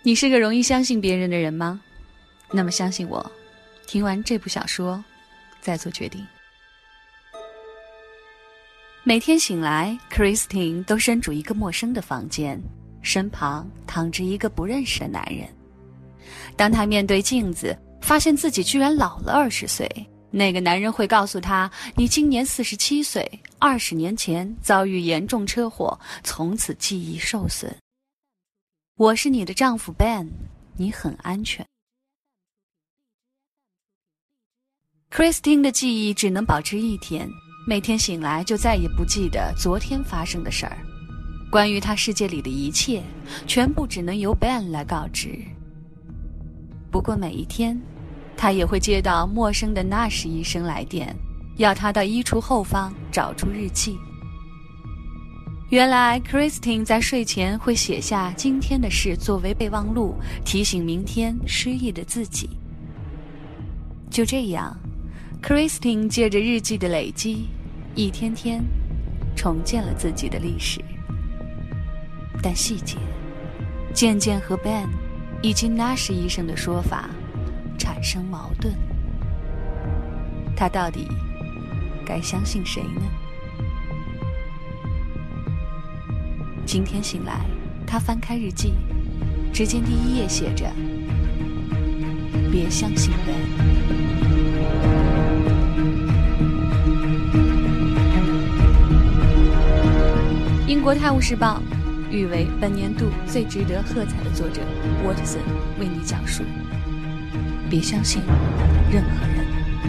你是个容易相信别人的人吗？那么相信我，听完这部小说再做决定。每天醒来 Christine 都身处一个陌生的房间，身旁躺着一个不认识的男人。当他面对镜子发现自己居然老了20岁，那个男人会告诉他，你今年47岁，20年前遭遇严重车祸，从此记忆受损。我是你的丈夫 Ben， 你很安全。Christine 的记忆只能保持1天，每天醒来就再也不记得昨天发生的事儿。关于他世界里的一切，全部只能由 Ben 来告知。不过每一天，他也会接到陌生的Nash医生来电，要他到衣橱后方找出日记。原来 Christine 在睡前会写下今天的事作为备忘录，提醒明天失忆的自己。就这样， Christine 借着日记的累积，一天天重建了自己的历史。但细节渐渐和 Ben 以及Nash医生的说法产生矛盾。他到底该相信谁呢？今天醒来，他翻开日记，只见第1页写着：别相信 Ben。 英国《泰晤士报》誉为本年度最值得喝彩的作者沃特森为你讲述：别相信任何人。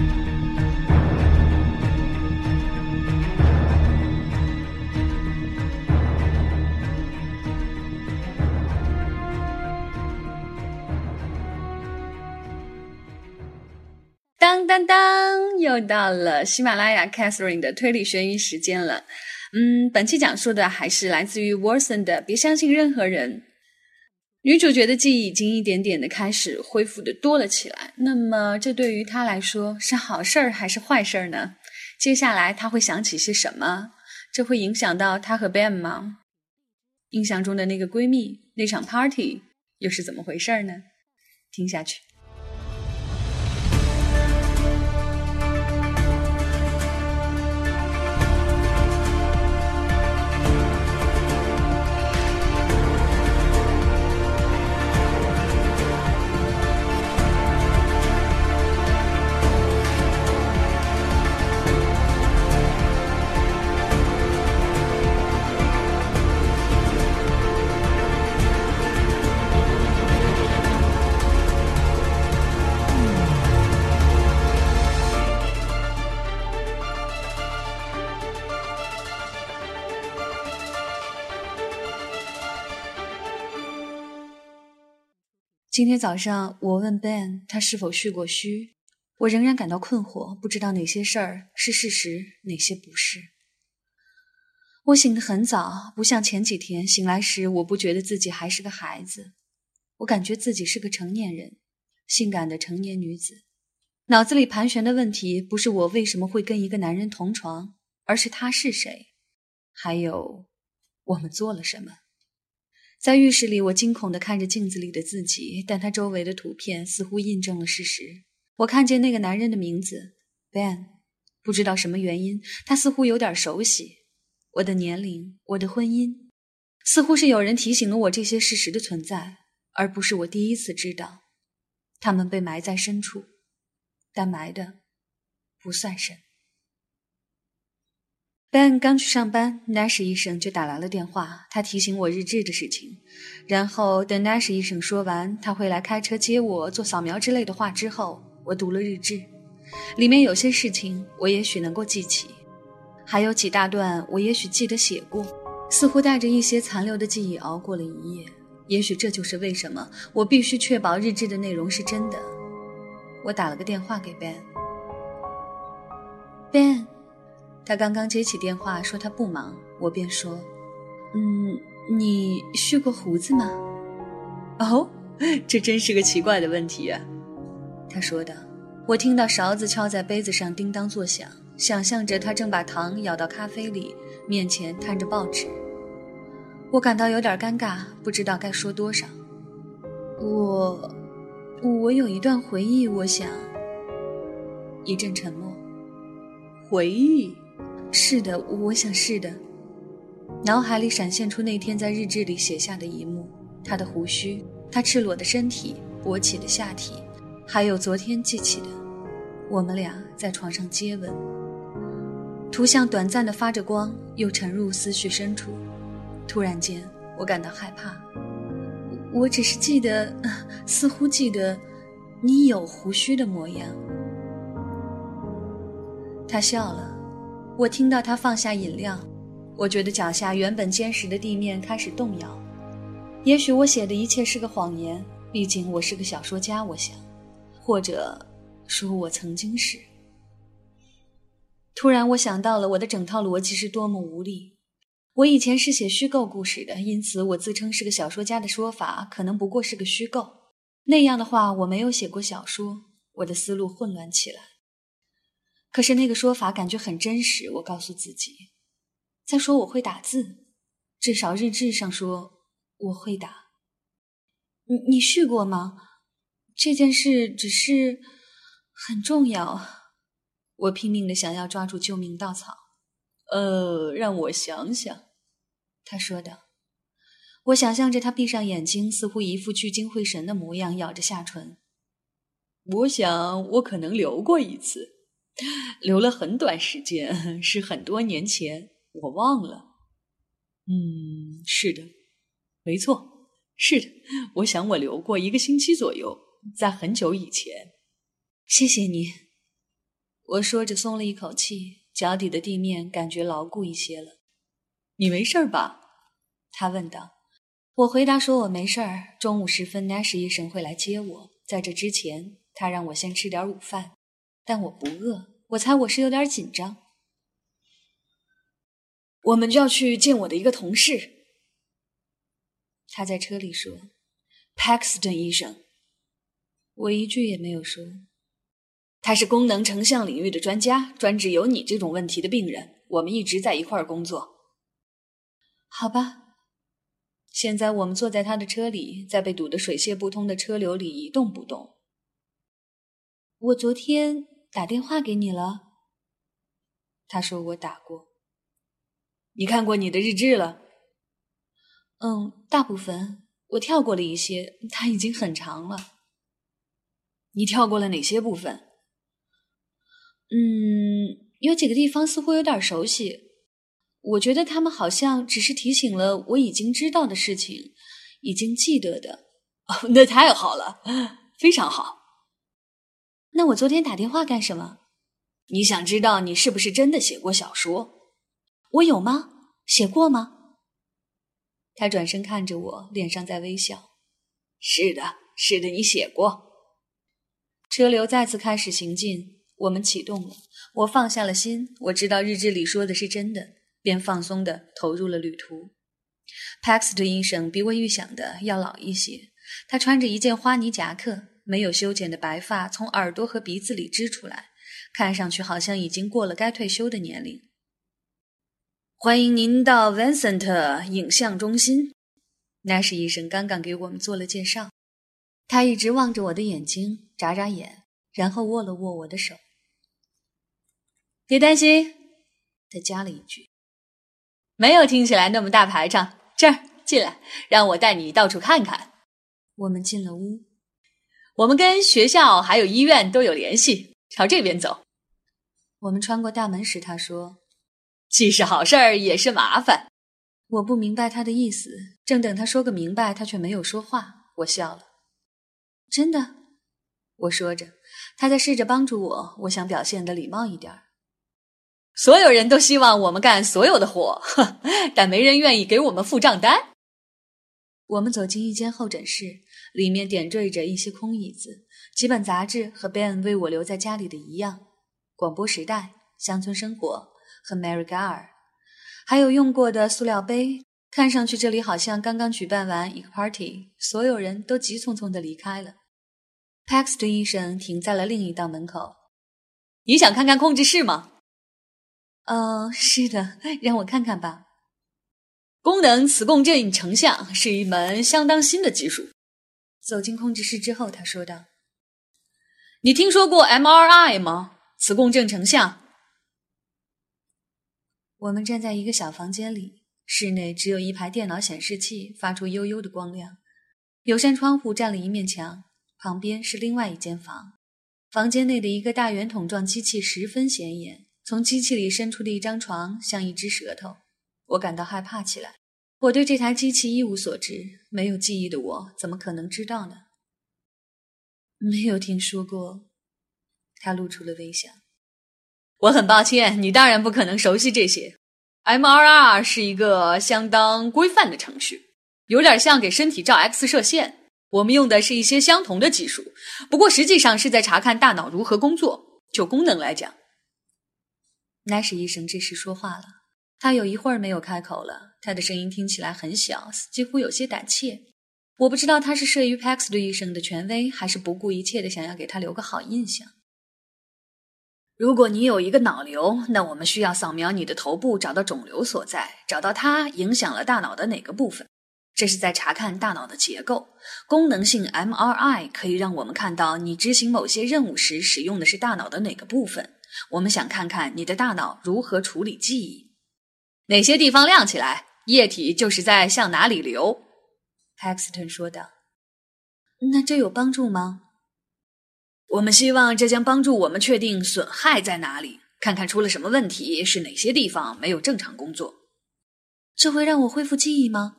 当当当，又到了喜马拉雅 Catherine 的推理悬疑时间了。本期讲述的还是来自于 Watson 的别相信任何人。女主角的记忆已经一点点的开始恢复的多了起来，那么这对于她来说是好事儿还是坏事儿呢？接下来她会想起些什么？这会影响到她和 Ben 吗？印象中的那个闺蜜，那场 party 又是怎么回事呢？听下去。今天早上我问 Ben 他是否续过虚，我仍然感到困惑，不知道哪些事儿是事实，哪些不是。我醒得很早，不像前几天醒来时我不觉得自己还是个孩子，我感觉自己是个成年人，性感的成年女子。脑子里盘旋的问题不是我为什么会跟一个男人同床，而是他是谁，还有我们做了什么。在浴室里，我惊恐地看着镜子里的自己，但他周围的图片似乎印证了事实。我看见那个男人的名字 Ben， 不知道什么原因，他似乎有点熟悉。我的年龄，我的婚姻，似乎是有人提醒了我这些事实的存在，而不是我第一次知道。他们被埋在深处，但埋的不算深。Ben 刚去上班， Nash 医生就打来了电话，他提醒我日志的事情。然后等 Nash 医生说完他会来开车接我做扫描之类的话之后，我读了日志，里面有些事情我也许能够记起，还有几大段我也许记得写过，似乎带着一些残留的记忆熬过了一夜。也许这就是为什么我必须确保日志的内容是真的。我打了个电话给 Ben， 他刚刚接起电话说他不忙，我便说你蓄过胡子吗？哦，这真是个奇怪的问题啊，他说道。我听到勺子敲在杯子上叮当作响，想象着他正把糖舀到咖啡里，面前摊着报纸。我感到有点尴尬，不知道该说多少。 我有一段回忆，我想。一阵沉默。 回忆？ 是的，我想是的。脑海里闪现出那天在日志里写下的一幕，他的胡须，他赤裸的身体，勃起的下体，还有昨天记起的我们俩在床上接吻。图像短暂地发着光，又沉入思绪深处。突然间我感到害怕，我只是记得，似乎记得你有胡须的模样。他笑了，我听到他放下饮料，我觉得脚下原本坚实的地面开始动摇。也许我写的一切是个谎言，毕竟我是个小说家，我想，或者说我曾经是。突然我想到了我的整套逻辑是多么无力。我以前是写虚构故事的，因此我自称是个小说家的说法可能不过是个虚构。那样的话，我没有写过小说，我的思路混乱起来。可是那个说法感觉很真实，我告诉自己。再说我会打字，至少日志上说我会打。你续过吗？这件事只是很重要。我拼命地想要抓住救命稻草。 让我想想， 他说道。我想象着他闭上眼睛，似乎一副聚精会神的模样，咬着下唇。 我想我可能留过一次，留了很短时间，是很多年前，我忘了。是的，没错，是的，我想我留过1个星期左右，在很久以前。 谢谢你。我说着松了一口气，脚底的地面感觉牢固一些了。 你没事吧？ 他问道。我回答说我没事儿，中午时分 Nash 医生会来接我，在这之前他让我先吃点午饭，但我不饿，我猜我是有点紧张。我们就要去见我的一个同事，他在车里说。Paxton 医生。我一句也没有说。他是功能成像领域的专家，专治有你这种问题的病人，我们一直在一块儿工作。好吧。现在我们坐在他的车里，在被堵得水泄不通的车流里一动不动。我昨天打电话给你了。他说我打过。你看过你的日志了？大部分。我跳过了一些，它已经很长了。你跳过了哪些部分？有几个地方似乎有点熟悉。我觉得他们好像只是提醒了我已经知道的事情，已经记得的。 那太好了，非常好。 那我昨天打电话干什么？ 你想知道你是不是真的写过小说？ 我有吗？写过吗？他转身看着我，脸上在微笑。 是的，是的，你写过。 车流再次开始行进，我们启动了。我放下了心，我知道日志里说的是真的，便放松地投入了旅途。Paxton 医生比我预想的要老一些，他穿着一件花呢夹克，没有修剪的白发从耳朵和鼻子里支出来，看上去好像已经过了该退休的年龄。欢迎您到 Vincent 影像中心。Nash 医生刚刚给我们做了介绍。他一直望着我的眼睛，眨眨眼，然后握了握我的手。别担心，他加了一句，没有听起来那么大排场。这儿，进来，让我带你到处看看。我们进了屋。 我们跟学校还有医院都有联系，朝这边走。 我们穿过大门时，他说， 既是好事儿，也是麻烦。 我不明白他的意思，正等他说个明白，他却没有说话。我笑了。真的？我说着，他在试着帮助我，我想表现得礼貌一点。 所有人都希望我们干所有的活，但没人愿意给我们付账单。 我们走进一间候诊室，里面点缀着一些空椅子，几本杂志和 Ben 为我留在家里的一样，广播时代、乡村生活和 Mary Gar， 还有用过的塑料杯。看上去这里好像刚刚举办完一个 party， 所有人都急匆匆地离开了。Paxton 医生停在了另一道门口。 你想看看控制室吗？ 是的，让我看看吧。 功能磁共振成像是一门相当新的技术。 走进控制室之后，他说道：“ 你听说过 MRI 吗？磁共振成像。” 我们站在一个小房间里，室内只有一排电脑显示器发出幽幽的光亮，有扇窗户占了一面墙，旁边是另外一间房。房间内的一个大圆筒状机器十分显眼，从机器里伸出的一张床像一只舌头。我感到害怕起来。我对这台机器一无所知，没有记忆的我怎么可能知道呢？没有听说过。他露出了微笑。 我很抱歉，你当然不可能熟悉这些。MRR 是一个相当规范的程序，有点像给身体照 X 射线。我们用的是一些相同的技术，不过实际上是在查看大脑如何工作。就功能来讲， 奈什医生这时说话了。他有一会儿没有开口了，他的声音听起来很小，几乎有些胆怯。我不知道他是慑于 Paxton 医生的权威，还是不顾一切的想要给他留个好印象。 如果你有一个脑瘤，那我们需要扫描你的头部，找到肿瘤所在，找到它影响了大脑的哪个部分。这是在查看大脑的结构。功能性 MRI 可以让我们看到你执行某些任务时使用的是大脑的哪个部分。我们想看看你的大脑如何处理记忆。哪些地方亮起来，液体就是在向哪里流。 Paxton 说道。那这有帮助吗？ 我们希望这将帮助我们确定损害在哪里，看看出了什么问题，是哪些地方没有正常工作。 这会让我恢复记忆吗？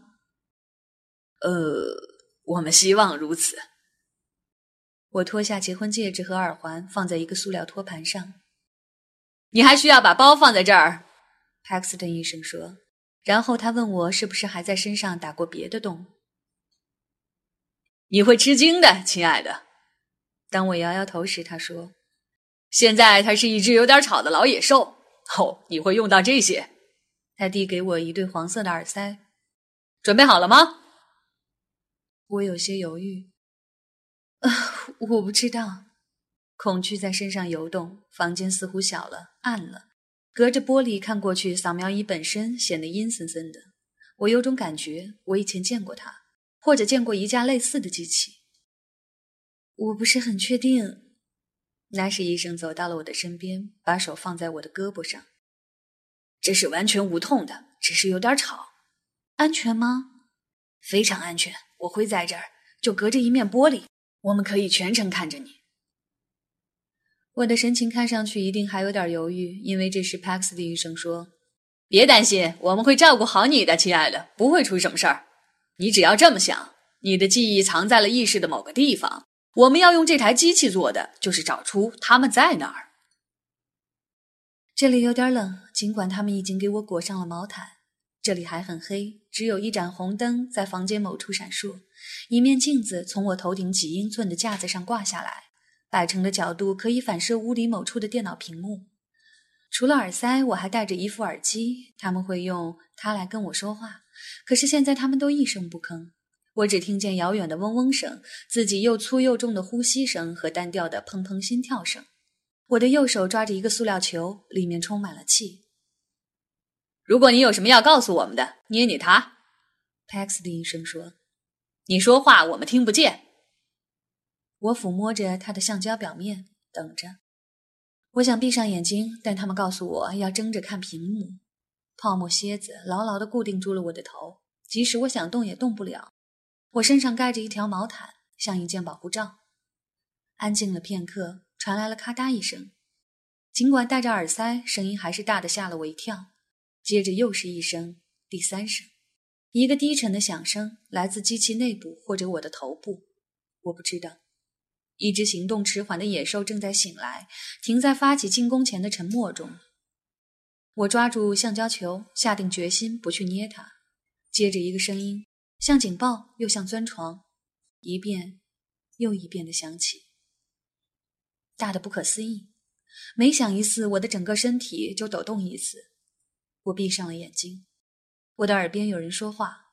我们希望如此。 我脱下结婚戒指和耳环，放在一个塑料托盘上。 你还需要把包放在这儿， Paxton 医生说。然后他问我是不是还在身上打过别的洞。 你会吃惊的，亲爱的。 当我摇摇头时，他说：“ 现在它是一只有点吵的老野兽。你会用到这些。” 他递给我一对黄色的耳塞。 准备好了吗？ 我有些犹豫。我不知道。恐惧在身上游动，房间似乎小了，暗了。隔着玻璃看过去，扫描仪本身显得阴森森的。我有种感觉，我以前见过它，或者见过一架类似的机器。我不是很确定。奈什医生走到了我的身边，把手放在我的胳膊上。 这是完全无痛的，只是有点吵。 安全吗？ 非常安全，我会在这儿，就隔着一面玻璃，我们可以全程看着你。 我的神情看上去一定还有点犹豫，因为这时 Paxton 医生说：“ 别担心，我们会照顾好你的，亲爱的，不会出什么事儿。你只要这么想，你的记忆藏在了意识的某个地方，我们要用这台机器做的就是找出它们在哪儿。” 这里有点冷，尽管他们已经给我裹上了毛毯。这里还很黑，只有一盏红灯在房间某处闪烁，一面镜子从我头顶几英寸的架子上挂下来，摆成的角度可以反射屋里某处的电脑屏幕。除了耳塞，我还戴着一副耳机，他们会用它来跟我说话，可是现在他们都一声不吭。我只听见遥远的嗡嗡声，自己又粗又重的呼吸声和单调的砰砰心跳声。我的右手抓着一个塑料球，里面充满了气。 如果你有什么要告诉我们的，捏捏它。 Paxton 医生说。 你说话我们听不见。 我抚摸着它的橡胶表面，等着。我想闭上眼睛，但他们告诉我要睁着看屏幕。泡沫蝎子牢牢地固定住了我的头，即使我想动也动不了。我身上盖着一条毛毯，像一件保护罩。安静了片刻，传来了咔嗒一声。尽管戴着耳塞，声音还是大得吓了我一跳。接着又是一声，第三声，一个低沉的响声，来自机器内部或者我的头部，我不知道。一只行动迟缓的野兽正在醒来，停在发起进攻前的沉默中。我抓住橡胶球，下定决心不去捏它。接着一个声音，像警报又像钻床，一遍又一遍地响起。大得不可思议，每响一次，我的整个身体就抖动一次。我闭上了眼睛，我的耳边有人说话。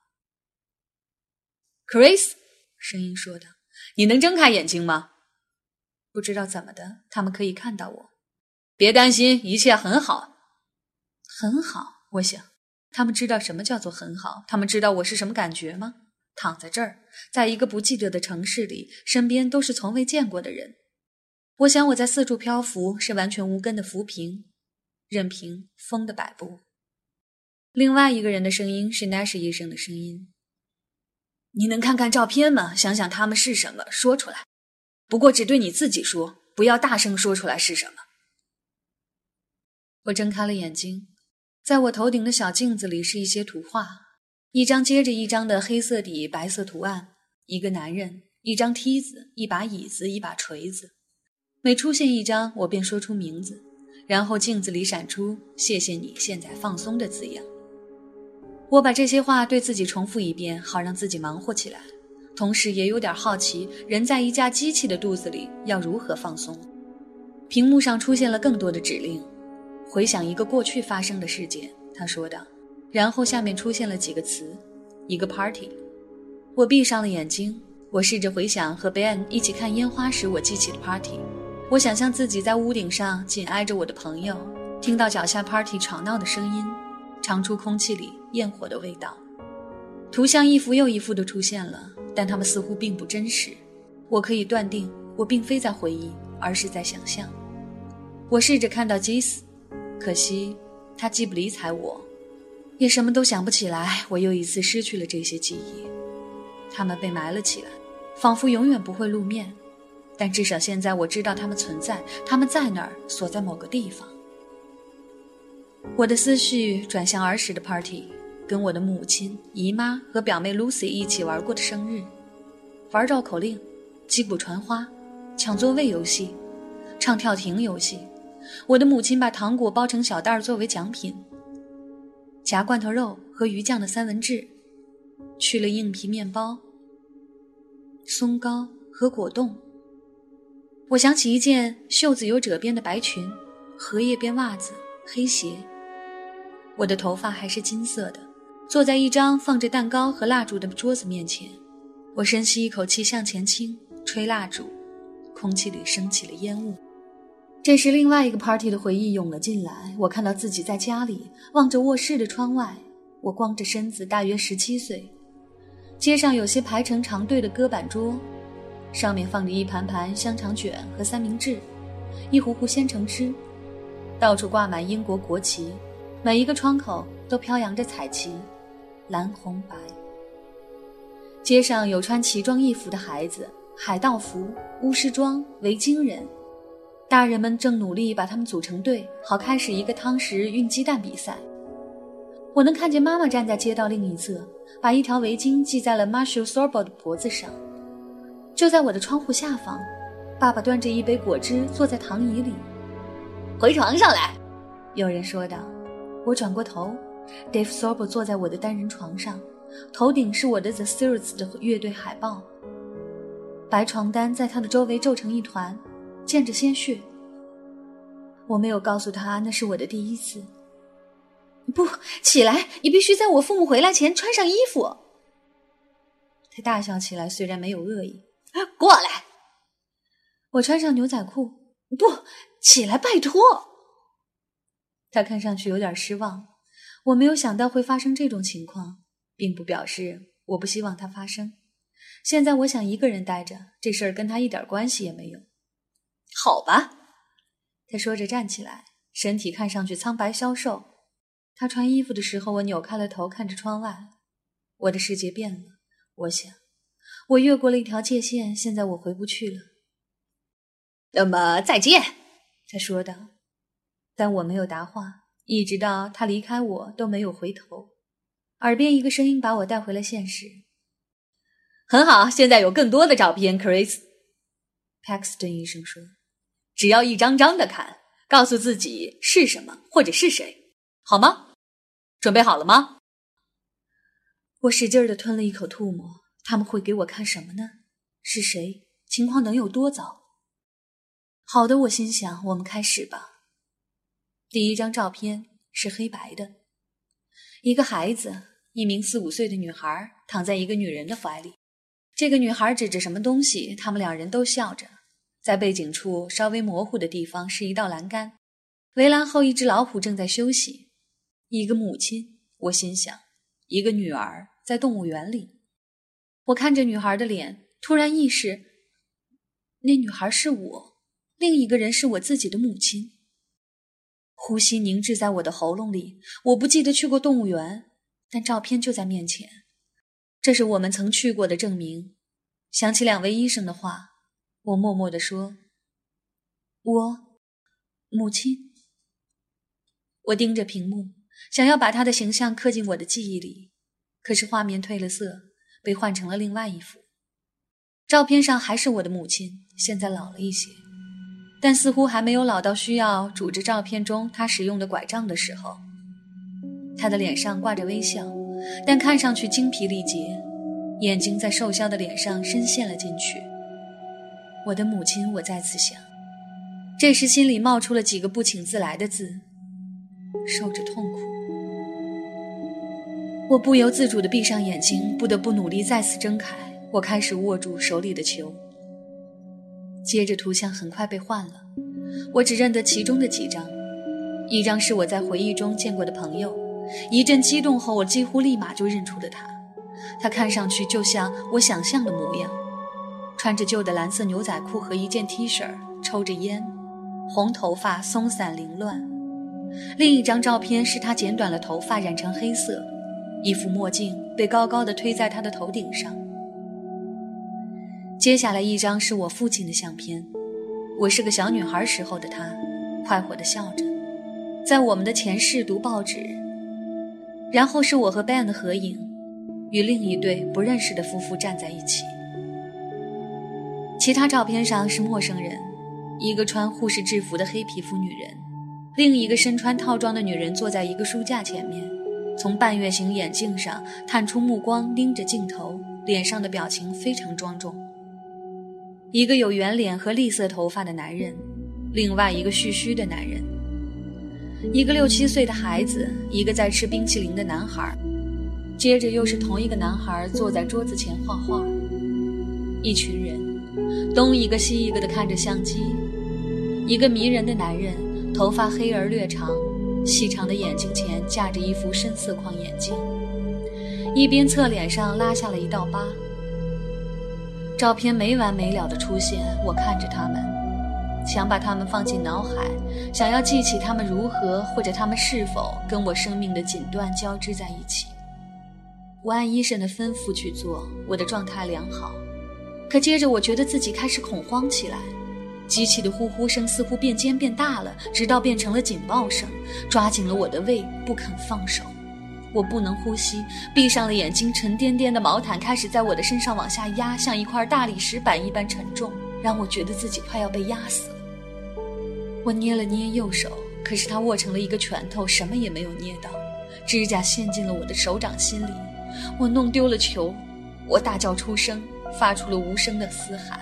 Chris， 声音说道， 你能睁开眼睛吗？ 不知道怎么的，他们可以看到我。 别担心，一切很好。 很好，我想，他们知道什么叫做很好，他们知道我是什么感觉吗？ 躺在这儿，在一个不记得的城市里，身边都是从未见过的人。我想我在四处漂浮，是完全无根的浮萍，任凭风的摆布。另外一个人的声音是 Nash 医生的声音。你能看看照片吗？想想他们是什么，说出来。不过只对你自己说，不要大声说出来是什么。我睁开了眼睛，在我头顶的小镜子里是一些图画，一张接着一张的黑色底白色图案，一个男人，一张梯子，一把椅子，一把锤子。每出现一张，我便说出名字，然后镜子里闪出谢谢你现在放松的字样。我把这些话对自己重复一遍，好让自己忙活起来，同时也有点好奇人在一架机器的肚子里要如何放松。屏幕上出现了更多的指令，回想一个过去发生的事件，他说道，然后下面出现了几个词，一个 party。 我闭上了眼睛，我试着回想和 Ben 一起看烟花时我记起的 party。 我想象自己在屋顶上紧挨着我的朋友，听到脚下 party 吵闹的声音，尝出空气里焰火的味道。图像一幅又一幅地出现了，但它们似乎并不真实。我可以断定，我并非在回忆，而是在想象。我试着看到基斯，可惜他既不理睬我，也什么都想不起来。我又一次失去了这些记忆，它们被埋了起来，仿佛永远不会露面。但至少现在我知道它们存在，它们在那儿，锁在某个地方。我的思绪转向儿时的 party， 跟我的母亲、姨妈和表妹 Lucy 一起玩过的生日，玩绕口令、击鼓传花、抢座位游戏、唱跳亭游戏。我的母亲把糖果包成小袋作为奖品，夹罐头肉和鱼酱的三文治，去了硬皮面包、松糕和果冻。我想起一件袖子有褶边的白裙，荷叶边袜子，黑鞋。我的头发还是金色的，坐在一张放着蛋糕和蜡烛的桌子面前。我深吸一口气向前倾，吹蜡烛，空气里升起了烟雾。这时另外一个 party 的回忆涌了进来，我看到自己在家里，望着卧室的窗外。我光着身子，大约17岁。街上有些排成长队的搁板桌，上面放着一盘盘香肠卷和三明治，一壶壶鲜橙汁，到处挂满英国国旗，每一个窗口都飘扬着彩旗，蓝红白。街上有穿奇装异服的孩子，海盗服、巫师装、维京人，大人们正努力把他们组成队，好开始一个汤匙运鸡蛋比赛。我能看见妈妈站在街道另一侧，把一条围巾系在了 Marshall Sorbo 的脖子上。就在我的窗户下方，爸爸端着一杯果汁坐在躺椅里。回床上来，有人说道。我转过头， Dave Sorbo 坐在我的单人床上，头顶是我的 The Series 的乐队海报，白床单在他的周围皱成一团，溅着鲜血。我没有告诉他那是我的第一次。不，起来，你必须在我父母回来前穿上衣服。他大笑起来，虽然没有恶意。过来。我穿上牛仔裤。不，起来，拜托。他看上去有点失望。我没有想到会发生这种情况，并不表示我不希望它发生。现在我想一个人待着，这事儿跟他一点关系也没有。好吧，他说着站起来，身体看上去苍白消瘦。他穿衣服的时候，我扭开了头看着窗外。我的世界变了，我想，我越过了一条界限，现在我回不去了。那么再见，他说道。但我没有答话，一直到他离开我都没有回头。耳边一个声音把我带回了现实。很好，现在有更多的照片 Chris， Paxton 医生说，只要一张张的看，告诉自己是什么或者是谁，好吗？准备好了吗？我使劲地吞了一口吐沫。他们会给我看什么呢？是谁？情况能有多糟？好的，我心想，我们开始吧。第一张照片是黑白的，一个孩子，一名4、5岁的女孩躺在一个女人的怀里。这个女孩指着什么东西，他们两人都笑着。在背景处稍微模糊的地方是一道栏杆，围栏后一只老虎正在休息。一个母亲，我心想，一个女儿在动物园里。 我看着女孩的脸，突然意识，那女孩是我，另一个人是我自己的母亲。呼吸凝滞在我的喉咙里，我不记得去过动物园，但照片就在面前，这是我们曾去过的证明。想起两位医生的话，我默默地说，母亲。我盯着屏幕，想要把她的形象刻进我的记忆里，可是画面褪了色，被换成了另外一幅。照片上还是我的母亲，现在老了一些，但似乎还没有老到需要拄着照片中她使用的拐杖的时候。她的脸上挂着微笑，但看上去精疲力竭，眼睛在瘦削的脸上深陷了进去。我的母亲，我再次想，这时心里冒出了几个不请自来的字，受着痛苦。我不由自主地闭上眼睛，不得不努力再次睁开。我开始握住手里的球，接着图像很快被换了，我只认得其中的几张。一张是我在回忆中见过的朋友，一阵激动后，我几乎立马就认出了他。他看上去就像我想象的模样，穿着旧的蓝色牛仔裤和一件 T 恤，抽着烟，红头发松散凌乱。另一张照片是他剪短了头发，染成黑色，一副墨镜被高高地推在他的头顶上。接下来一张是我父亲的相片，我是个小女孩时候的他，快活地笑着，在我们的前室读报纸。然后是我和 Ben 的合影，与另一对不认识的夫妇站在一起。其他照片上是陌生人，一个穿护士制服的黑皮肤女人，另一个身穿套装的女人坐在一个书架前面，从半月形眼镜上探出目光，拎着镜头，脸上的表情非常庄重。一个有圆脸和栗色头发的男人，另外一个蓄须的男人，一个6、7岁的孩子，一个在吃冰淇淋的男孩，接着又是同一个男孩坐在桌子前画画。一群人东一个西一个地看着相机，一个迷人的男人，头发黑而略长，细长的眼睛前架着一副深色框眼镜，一边侧脸上拉下了一道疤。照片没完没了的出现，我看着他们，想把他们放进脑海，想要记起他们如何或者他们是否跟我生命的锦缎交织在一起。我按医生的吩咐去做，我的状态良好。可接着我觉得自己开始恐慌起来，机器的呼呼声似乎变尖变大了，直到变成了警报声，抓紧了我的胃，不肯放手。我不能呼吸，闭上了眼睛，沉甸甸的毛毯开始在我的身上往下压，像一块大理石板一般沉重，让我觉得自己快要被压死了。我捏了捏右手，可是它握成了一个拳头，什么也没有捏到，指甲陷进了我的手掌心里。我弄丢了球，我大叫出声，发出了无声的嘶喊。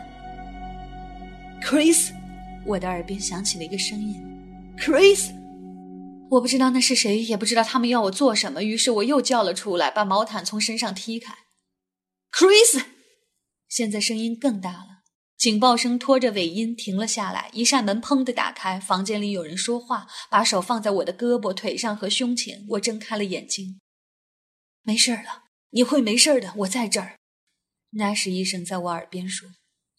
Chris， 我的耳边响起了一个声音， Chris。 我不知道那是谁，也不知道他们要我做什么，于是我又叫了出来，把毛毯从身上踢开。 Chris！ 现在声音更大了，警报声拖着尾音停了下来，一扇门砰地打开，房间里有人说话，把手放在我的胳膊、腿上和胸前。我睁开了眼睛。没事了，你会没事的，我在这儿。那是医生在我耳边说。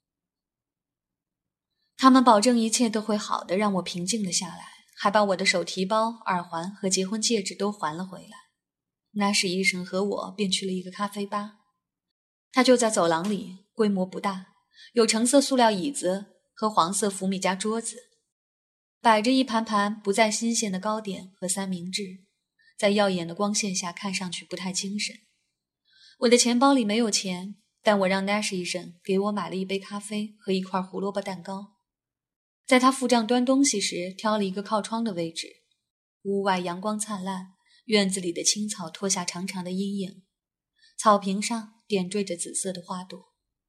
他们保证一切都会好的，让我平静了下来，还把我的手提包、耳环和结婚戒指都还了回来。那时医生和我便去了一个咖啡吧，它就在走廊里，规模不大，有橙色塑料椅子和黄色福米加桌子，摆着一盘盘不再新鲜的糕点和三明治，在耀眼的光线下看上去不太精神。我的钱包里没有钱，但我让 Nash 医生给我买了一杯咖啡和一块胡萝卜蛋糕。在他付账端东西时，挑了一个靠窗的位置。屋外阳光灿烂，院子里的青草拖下长长的阴影，草坪上点缀着紫色的花朵。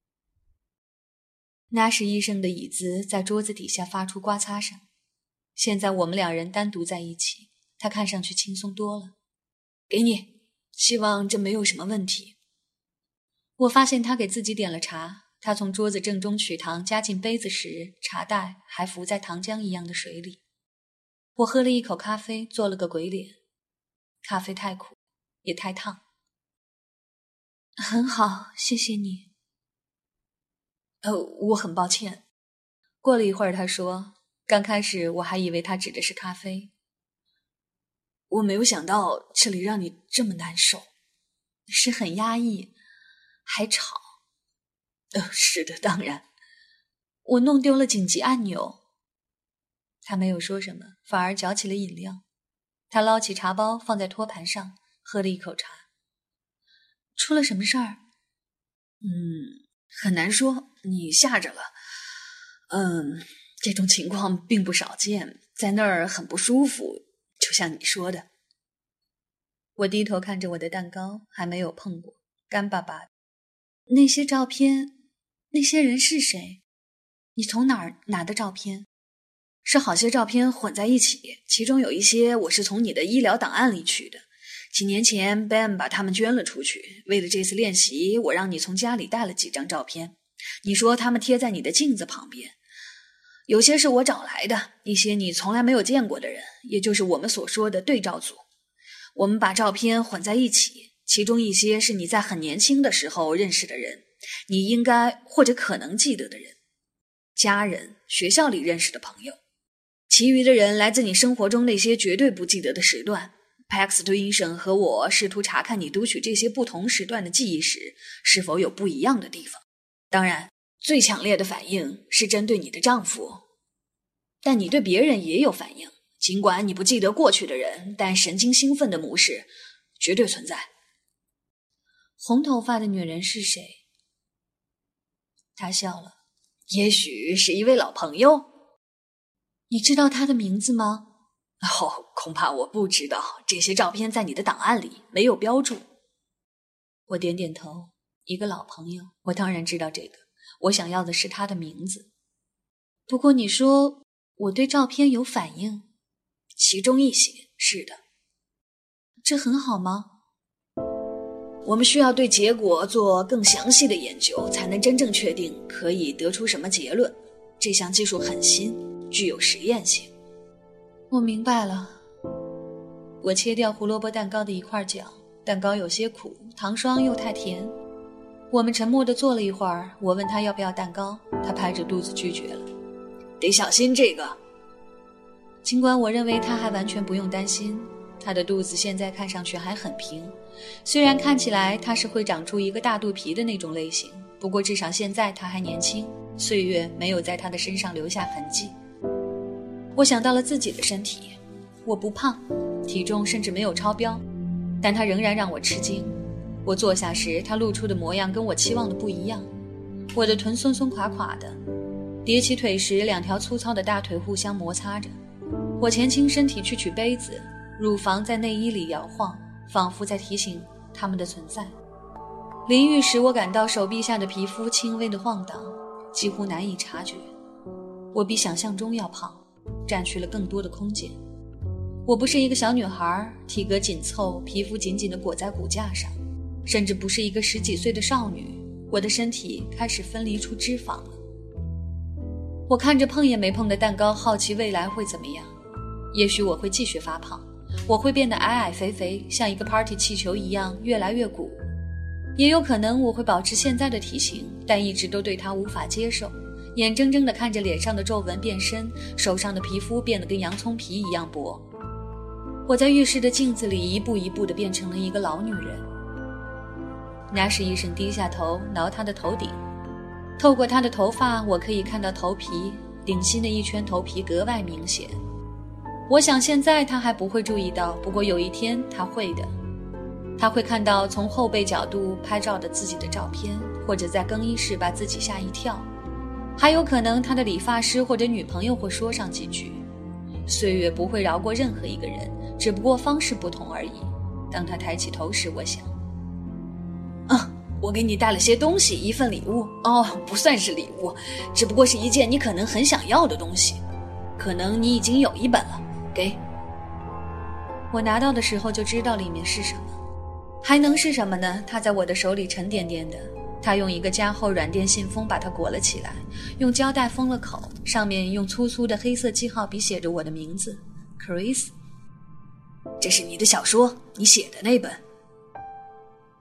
那时医生的椅子在桌子底下发出刮擦声。现在我们两人单独在一起，他看上去轻松多了。给你，希望这没有什么问题。我发现他给自己点了茶，他从桌子正中取糖加进杯子时，茶袋还浮在糖浆一样的水里。我喝了一口咖啡，做了个鬼脸。咖啡太苦，也太烫。 很好，谢谢你。 我很抱歉。过了一会儿，他说，刚开始我还以为他指的是咖啡。我没有想到这里让你这么难受。 是很压抑，还吵。 是的，当然。 我弄丢了紧急按钮。他没有说什么，反而嚼起了饮料。他捞起茶包放在托盘上，喝了一口茶。出了什么事儿？ 很难说，你吓着了。这种情况并不少见，在那儿很不舒服，就像你说的。 我低头看着我的蛋糕，还没有碰过，干巴巴的。那些照片，那些人是谁？你从哪的照片？ 是好些照片混在一起，其中有一些我是从你的医疗档案里取的。几年前 Ben 把它们捐了出去，为了这次练习，我让你从家里带了几张照片。你说他们贴在你的镜子旁边，有些是我找来的，一些你从来没有见过的人，也就是我们所说的对照组。我们把照片混在一起，其中一些是你在很年轻的时候认识的人，你应该或者可能记得的人，家人，学校里认识的朋友。其余的人来自你生活中那些绝对不记得的时段。帕克斯顿医生和我试图查看你读取这些不同时段的记忆时是否有不一样的地方。当然，最强烈的反应是针对你的丈夫，但你对别人也有反应。尽管你不记得过去的人，但神经兴奋的模式绝对存在。 红头发的女人是谁？他笑了。 也许是一位老朋友。 你知道她的名字吗？ 恐怕我不知道，这些照片在你的档案里没有标注。 我点点头。一个老朋友，我当然知道这个。我想要的是她的名字。不过你说我对照片有反应？ 其中一些，是的。 这很好吗？ 我们需要对结果做更详细的研究，才能真正确定可以得出什么结论。这项技术很新，具有实验性。 我明白了。我切掉胡萝卜蛋糕的一块角，蛋糕有些苦，糖霜又太甜。我们沉默地坐了一会儿，我问他要不要蛋糕，他拍着肚子拒绝了。 得小心这个。 尽管我认为他还完全不用担心，他的肚子现在看上去还很平，虽然看起来他是会长出一个大肚皮的那种类型，不过至少现在他还年轻，岁月没有在他的身上留下痕迹。我想到了自己的身体，我不胖，体重甚至没有超标，但他仍然让我吃惊。我坐下时，他露出的模样跟我期望的不一样。我的臀松松垮垮的，叠起腿时两条粗糙的大腿互相摩擦着。我前倾身体去取杯子，乳房在内衣里摇晃，仿佛在提醒它们的存在。淋浴时，我感到手臂下的皮肤轻微的晃荡，几乎难以察觉。我比想象中要胖，占据了更多的空间。我不是一个小女孩，体格紧凑，皮肤紧紧地裹在骨架上，甚至不是一个10几岁的少女。我的身体开始分离出脂肪了。我看着碰也没碰的蛋糕，好奇未来会怎么样。也许我会继续发胖，我会变得矮矮肥肥，像一个 party 气球一样越来越鼓。也有可能我会保持现在的体型，但一直都对它无法接受，眼睁睁地看着脸上的皱纹变深，手上的皮肤变得跟洋葱皮一样薄。我在浴室的镜子里一步一步地变成了一个老女人。纳什医生低下头挠他的头顶，透过他的头发，我可以看到头皮，顶心的一圈头皮格外明显。我想现在他还不会注意到，不过有一天他会的。他会看到从后背角度拍照的自己的照片，或者在更衣室把自己吓一跳。还有可能他的理发师或者女朋友会说上几句。岁月不会饶过任何一个人，只不过方式不同而已。当他抬起头时，我想，我给你带了些东西，一份礼物。不算是礼物，只不过是一件你可能很想要的东西。可能你已经有一本了，给。我拿到的时候就知道里面是什么。还能是什么呢？它在我的手里沉甸甸的。他用一个加厚软垫信封把它裹了起来，用胶带封了口，上面用粗粗的黑色记号笔写着我的名字 Chris。 这是你的小说，你写的那本。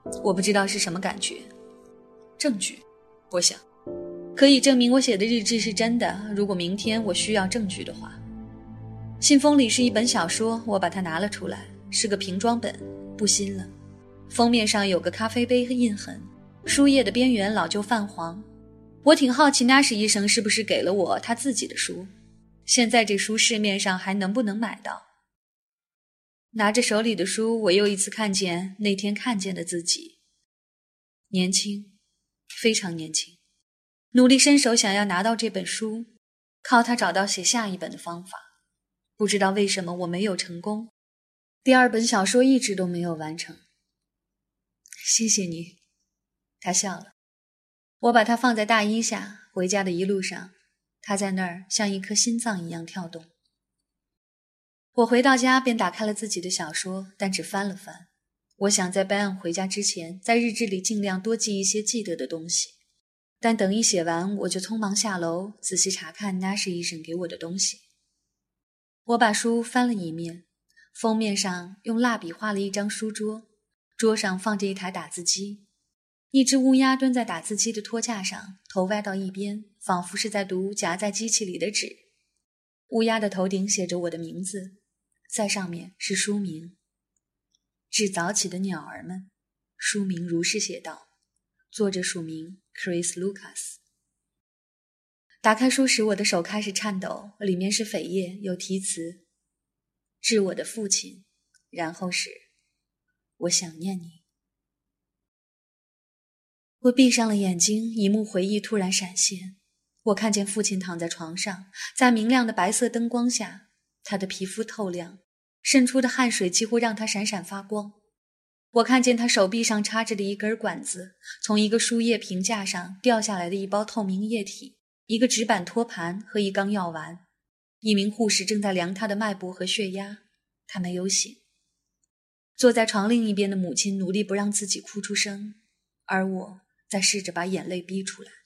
我不知道是什么感觉。证据，我想，可以证明我写的日志是真的，如果明天我需要证据的话。信封里是一本小说，我把它拿了出来，是个瓶装本，不新了。封面上有个咖啡杯和印痕，书页的边缘老旧泛黄。我挺好奇纳什医生是不是给了我他自己的书，现在这书市面上还能不能买到。拿着手里的书，我又一次看见那天看见的自己，年轻，非常年轻，努力伸手想要拿到这本书，靠它找到写下一本的方法。不知道为什么我没有成功，第二本小说一直都没有完成。谢谢你，他笑了。我把它放在大衣下，回家的一路上，它在那儿像一颗心脏一样跳动。我回到家便打开了自己的小说，但只翻了翻。我想在Ben回家之前，在日志里尽量多记一些记得的东西。但等一写完，我就匆忙下楼，仔细查看Nash医生给我的东西。我把书翻了一面，封面上用蜡笔画了一张书桌，桌上放着一台打字机，一只乌鸦蹲在打字机的托架上，头歪到一边，仿佛是在读夹在机器里的纸。乌鸦的头顶写着我的名字，在上面是书名《致早起的鸟儿们》，书名如是写道，作者署名 Chris Lucas。 打开书时，我的手开始颤抖，里面是扉页，有题词，致我的父亲，然后是我想念你。我闭上了眼睛，一幕回忆突然闪现。我看见父亲躺在床上，在明亮的白色灯光下，他的皮肤透亮，渗出的汗水几乎让他闪闪发光。我看见他手臂上插着的一根管子，从一个输液瓶架上掉下来的一包透明液体，一个纸板托盘和一缸药丸。一名护士正在量他的脉搏和血压，他没有醒。坐在床另一边的母亲努力不让自己哭出声，而我在试着把眼泪逼出来。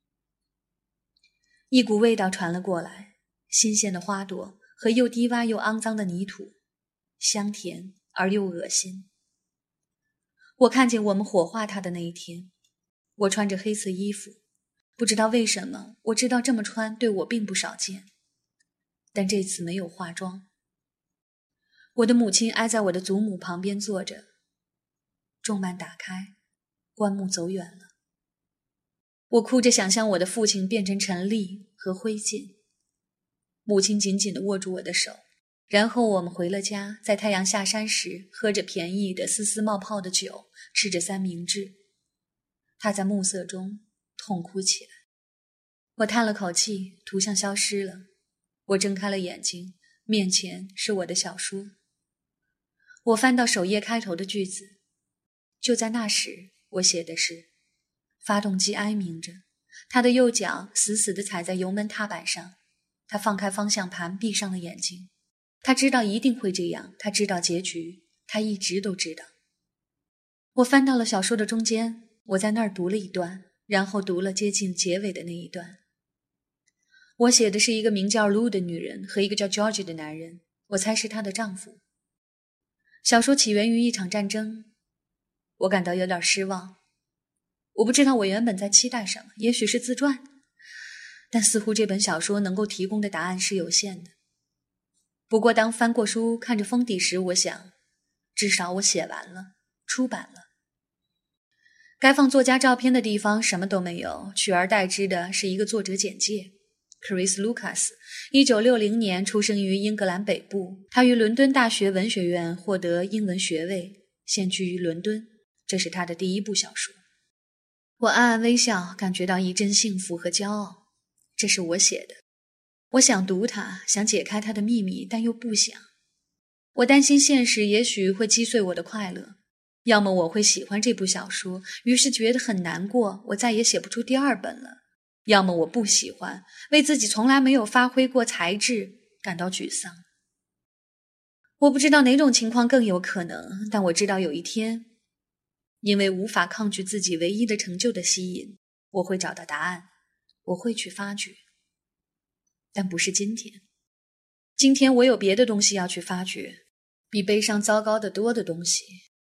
一股味道传了过来，新鲜的花朵和又低洼又肮脏的泥土，香甜而又恶心。我看见我们火化他的那一天，我穿着黑色衣服，不知道为什么，我知道这么穿对我并不少见，但这次没有化妆。我的母亲挨在我的祖母旁边坐着，重幔打开，棺木走远了。我哭着想象我的父亲变成尘粒和灰烬。母亲紧紧地握住我的手，然后我们回了家，在太阳下山时喝着便宜的丝丝冒泡的酒，吃着三明治。他在暮色中痛哭起来。我叹了口气，图像消失了。我睁开了眼睛，面前是我的小说。我翻到首页开头的句子，就在那时，我写的是：发动机哀鸣着，他的右脚死死地踩在油门踏板上，他放开方向盘，闭上了眼睛。他知道一定会这样，他知道结局，他一直都知道。我翻到了小说的中间，我在那儿读了一段，然后读了接近结尾的那一段。我写的是一个名叫 Lou 的女人和一个叫 George 的男人，我猜是她的丈夫。小说起源于一场战争，我感到有点失望。我不知道我原本在期待什么，也许是自传，但似乎这本小说能够提供的答案是有限的。不过当翻过书看着封底时，我想，至少我写完了，出版了。该放作家照片的地方什么都没有，取而代之的是一个作者简介。Chris Lucas 1960年出生于英格兰北部，他于伦敦大学文学院获得英文学位，现居于伦敦。这是他的第一部小说。我暗暗微笑，感觉到一阵幸福和骄傲。这是我写的，我想读它，想解开它的秘密，但又不想。我担心现实也许会击碎我的快乐，要么我会喜欢这部小说，于是觉得很难过，我再也写不出第二本了。要么我不喜欢，为自己从来没有发挥过才智感到沮丧。我不知道哪种情况更有可能，但我知道有一天，因为无法抗拒自己唯一的成就的吸引，我会找到答案，我会去发掘。但不是今天。今天我有别的东西要去发掘，比悲伤糟糕得多的东西。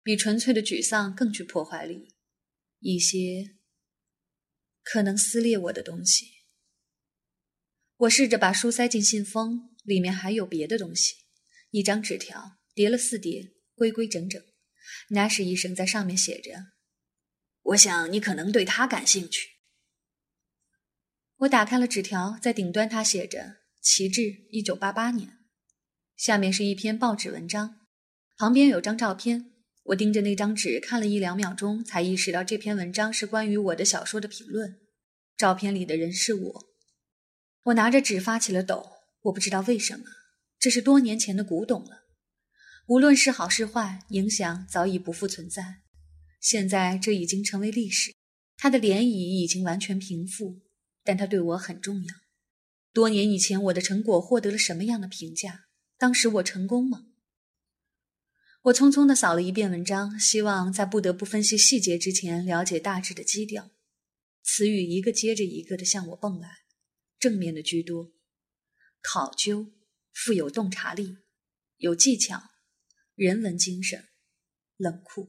比纯粹的沮丧更具破坏力，一些可能撕裂我的东西。我试着把书塞进信封，里面还有别的东西，一张纸条，叠了4叠，规规整整。Nash 医生在上面写着：我想你可能对他感兴趣。我打开了纸条，在顶端他写着旗帜1988年，下面是一篇报纸文章，旁边有张照片。我盯着那张纸看了1-2秒钟，才意识到这篇文章是关于我的小说的评论。照片里的人是我。我拿着纸发起了抖，我不知道为什么，这是多年前的古董了。无论是好是坏，影响早已不复存在。现在这已经成为历史，它的涟漪已经完全平复，但它对我很重要。多年以前我的成果获得了什么样的评价？当时我成功吗？我匆匆地扫了一遍文章，希望在不得不分析细节之前了解大致的基调。词语一个接着一个地向我蹦来，正面的居多，考究，富有洞察力，有技巧，人文精神，冷酷。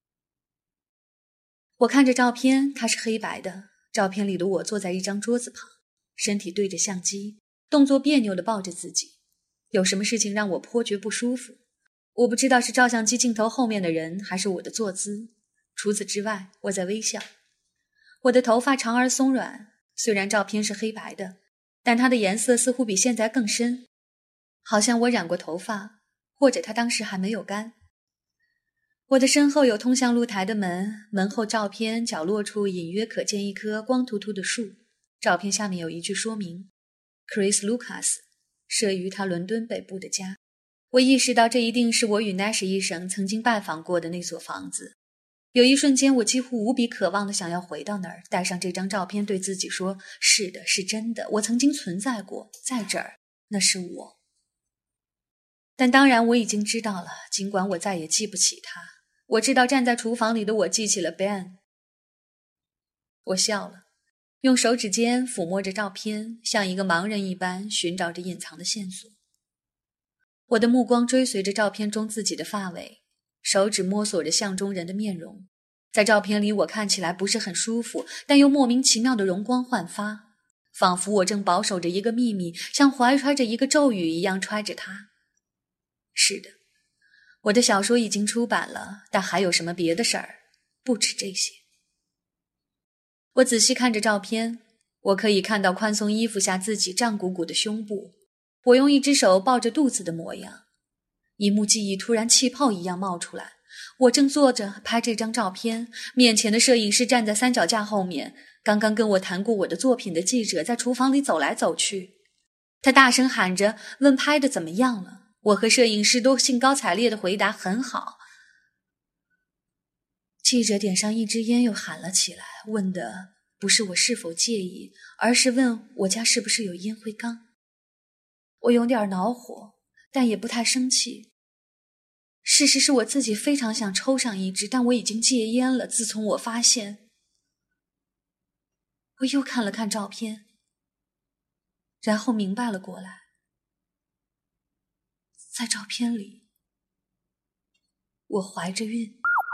我看着照片，它是黑白的，照片里的我坐在一张桌子旁，身体对着相机，动作别扭地抱着自己。有什么事情让我颇觉不舒服？我不知道是照相机镜头后面的人，还是我的坐姿。除此之外，我在微笑。我的头发长而松软，虽然照片是黑白的，但它的颜色似乎比现在更深，好像我染过头发，或者它当时还没有干。我的身后有通向露台的门，门后照片角落处隐约可见一棵光秃秃的树，照片下面有一句说明 Chris Lucas， 摄于他伦敦北部的家。我意识到这一定是我与 Nash 医生曾经拜访过的那所房子。有一瞬间，我几乎无比渴望地想要回到那儿，带上这张照片，对自己说：是的，是真的，我曾经存在过，在这儿，那是我。但当然我已经知道了，尽管我再也记不起他。我知道站在厨房里的我记起了 Ben。 我笑了，用手指尖抚摸着照片，像一个盲人一般寻找着隐藏的线索。我的目光追随着照片中自己的发尾，手指摸索着相中人的面容。在照片里我看起来不是很舒服，但又莫名其妙的容光焕发，仿佛我正保守着一个秘密，像怀揣着一个咒语一样揣着它。是的，我的小说已经出版了，但还有什么别的事儿？不止这些。我仔细看着照片，我可以看到宽松衣服下自己胀鼓鼓的胸部，我用一只手抱着肚子的模样。一幕记忆突然气泡一样冒出来，我正坐着拍这张照片，面前的摄影师站在三脚架后面，刚刚跟我谈过我的作品的记者在厨房里走来走去。他大声喊着问拍的怎么样了，我和摄影师都兴高采烈地回答很好。记者点上一支烟又喊了起来，问的不是我是否介意，而是问我家是不是有烟灰缸。我有点恼火，但也不太生气。事实是我自己非常想抽上一支，但我已经戒烟了。自从我发现，我又看了看照片，然后明白了过来。在照片里，我怀着孕。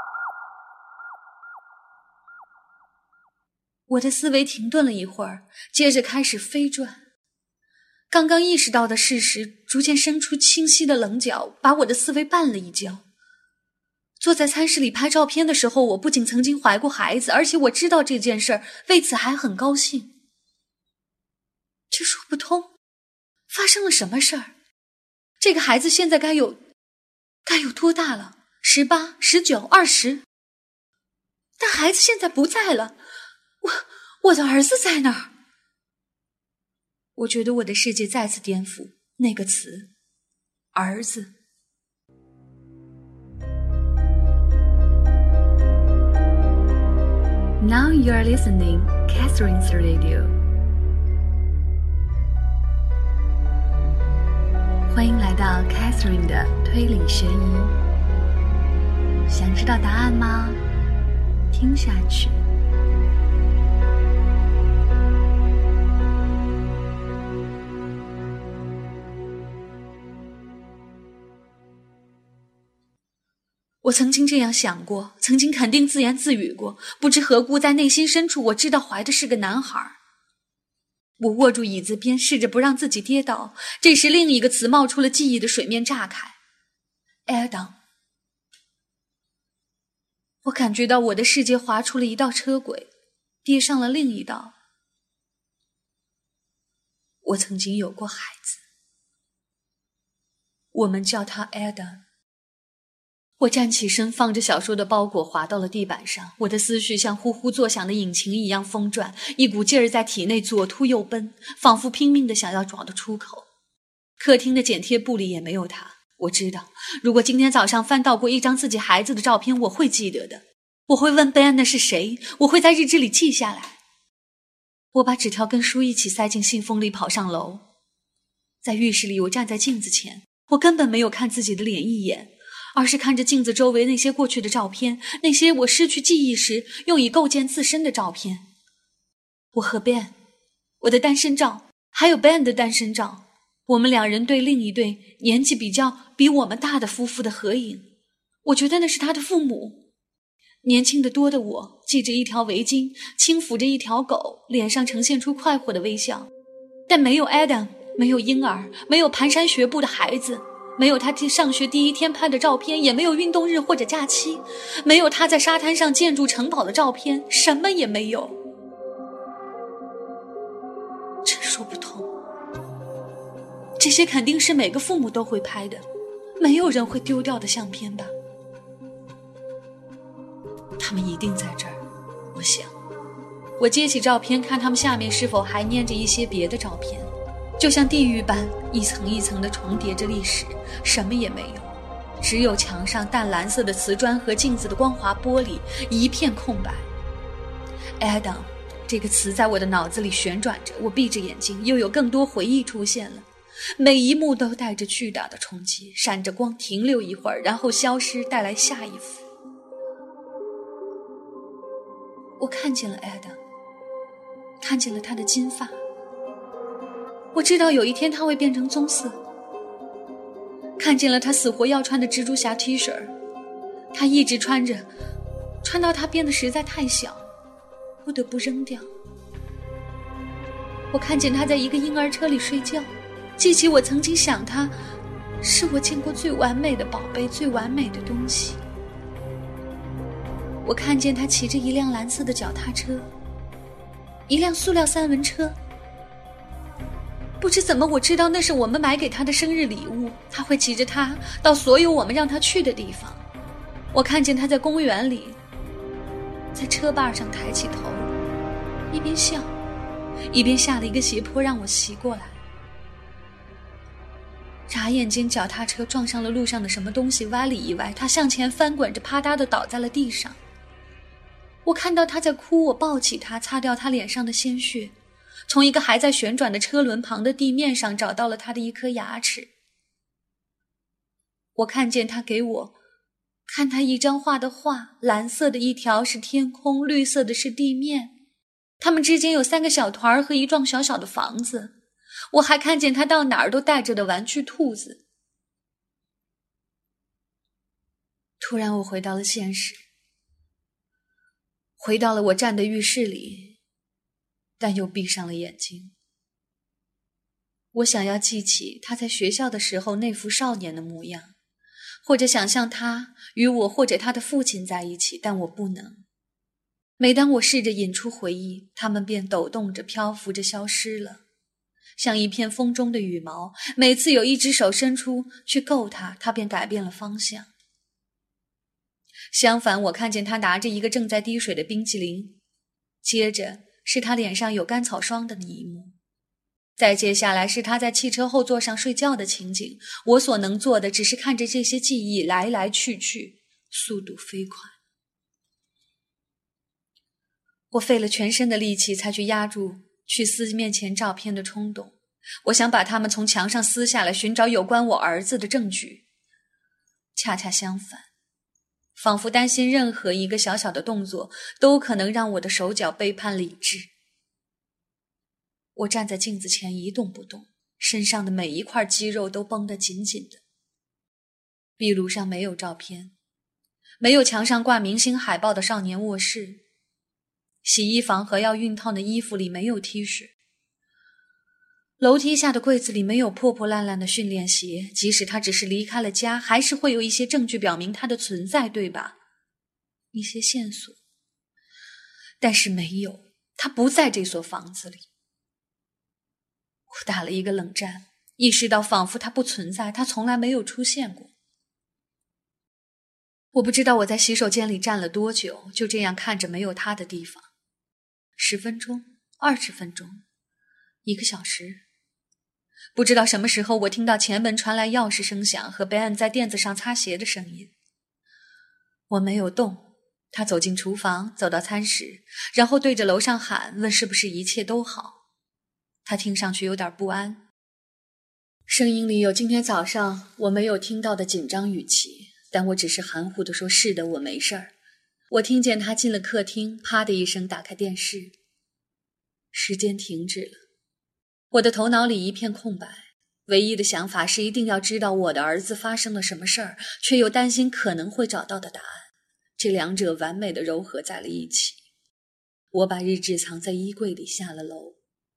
我的思维停顿了一会儿，接着开始飞转。刚刚意识到的事实逐渐伸出清晰的棱角，把我的思维绊了一跤。坐在餐室里拍照片的时候，我不仅曾经怀过孩子，而且我知道这件事儿，为此还很高兴。这说不通，发生了什么事儿？这个孩子现在该有多大了？18、19、20？但孩子现在不在了，我的儿子在哪儿？我觉得我的世界再次颠覆，那个词，儿子。Now you are listening Catherine's Radio。 欢迎来到 Catherine 的推理悬疑。想知道答案吗？听下去。 我曾经这样想过，曾经肯定自言自语过，不知何故在内心深处我知道怀的是个男孩。我握住椅子边，试着不让自己跌倒，这时另一个词冒出了记忆的水面炸开。Adam。我感觉到我的世界划出了一道车轨，跌上了另一道。我曾经有过孩子，我们叫他 Adam。 我站起身，放着小说的包裹滑到了地板上，我的思绪像呼呼作响的引擎一样疯转，一股劲儿在体内左突右奔，仿佛拼命地想要找到出口。客厅的剪贴簿里也没有他。我知道，如果今天早上翻到过一张自己孩子的照片，我会记得的。我会问贝安那是谁，我会在日志里记下来。我把纸条跟书一起塞进信封里，跑上楼。在浴室里，我站在镜子前，我根本没有看自己的脸一眼，而是看着镜子周围那些过去的照片，那些我失去记忆时用以构建自身的照片。我和 Ben， 我的单身照，还有 Ben 的单身照，我们两人对另一对年纪比我们大的夫妇的合影。我觉得那是他的父母。年轻的多的我系着一条围巾，轻抚着一条狗，脸上呈现出快活的微笑。但没有 Adam， 没有婴儿，没有蹒跚学步的孩子，没有他上学第一天拍的照片，也没有运动日或者假期，没有他在沙滩上建筑城堡的照片，什么也没有。真说不通，这些肯定是每个父母都会拍的，没有人会丢掉的相片吧。他们一定在这儿，我想。我接起照片，看他们下面是否还粘着一些别的照片，就像地狱般一层一层地重叠着历史，什么也没有，只有墙上淡蓝色的瓷砖和镜子的光滑玻璃，一片空白。 Adam 这个词在我的脑子里旋转着，我闭着眼睛，又有更多回忆出现了，每一幕都带着巨大的冲击，闪着光，停留一会儿，然后消失，带来下一幅。我看见了 Adam， 看见了他的金发。我知道有一天他会变成棕色。看见了他死活要穿的蜘蛛侠 T 恤，他一直穿着，穿到他变得实在太小，不得不扔掉。我看见他在一个婴儿车里睡觉，记起我曾经想他是我见过最完美的宝贝，最完美的东西。我看见他骑着一辆蓝色的脚踏车，一辆塑料三轮车。不知怎么我知道那是我们买给他的生日礼物，他会骑着它到所有我们让他去的地方。我看见他在公园里，在车把上抬起头，一边笑，一边下了一个斜坡让我骑过来。眨眼间，脚踏车撞上了路上的什么东西，歪里一歪，他向前翻滚着，啪嗒地倒在了地上。我看到他在哭，我抱起他，擦掉他脸上的鲜血，从一个还在旋转的车轮旁的地面上找到了他的一颗牙齿。我看见他给我看他一张画的画，蓝色的一条是天空，绿色的是地面，它们之间有3个小团和一幢小小的房子。我还看见他到哪儿都带着的玩具兔子。突然我回到了现实，回到了我站的浴室里，但又闭上了眼睛。我想要记起他在学校的时候那副少年的模样，或者想象他与我或者他的父亲在一起，但我不能。每当我试着引出回忆，他们便抖动着漂浮着消失了，像一片风中的羽毛，每次有一只手伸出去够它，它便改变了方向。相反，我看见他拿着一个正在滴水的冰淇淋，接着是他脸上有甘草霜的一幕，再接下来是他在汽车后座上睡觉的情景。我所能做的只是看着这些记忆来来去去，速度飞快。我费了全身的力气才去压住去撕面前照片的冲动，我想把它们从墙上撕下来，寻找有关我儿子的证据。恰恰相反，仿佛担心任何一个小小的动作都可能让我的手脚背叛理智。我站在镜子前一动不动，身上的每一块肌肉都绷得紧紧的。壁炉上没有照片， 没有墙上挂明星海报的少年卧室，洗衣房和要熨烫的衣服里没有 T 恤，楼梯下的柜子里没有破破烂烂的训练鞋，即使他只是离开了家，还是会有一些证据表明他的存在，对吧？一些线索。但是没有，他不在这所房子里。我打了一个冷战，意识到仿佛他不存在，他从来没有出现过。我不知道我在洗手间里站了多久，就这样看着没有他的地方。10分钟，20分钟，1个小时。不知道什么时候，我听到前门传来钥匙声响和 Ben 在垫子上擦鞋的声音。我没有动，他走进厨房，走到餐室，然后对着楼上喊，问是不是一切都好。他听上去有点不安，声音里有今天早上我没有听到的紧张语气，但我只是含糊地说是的，我没事儿。我听见他进了客厅，啪的一声打开电视。时间停止了，我的头脑里一片空白，唯一的想法是一定要知道我的儿子发生了什么事儿，却又担心可能会找到的答案，这两者完美地糅合在了一起。我把日志藏在衣柜里，下了楼。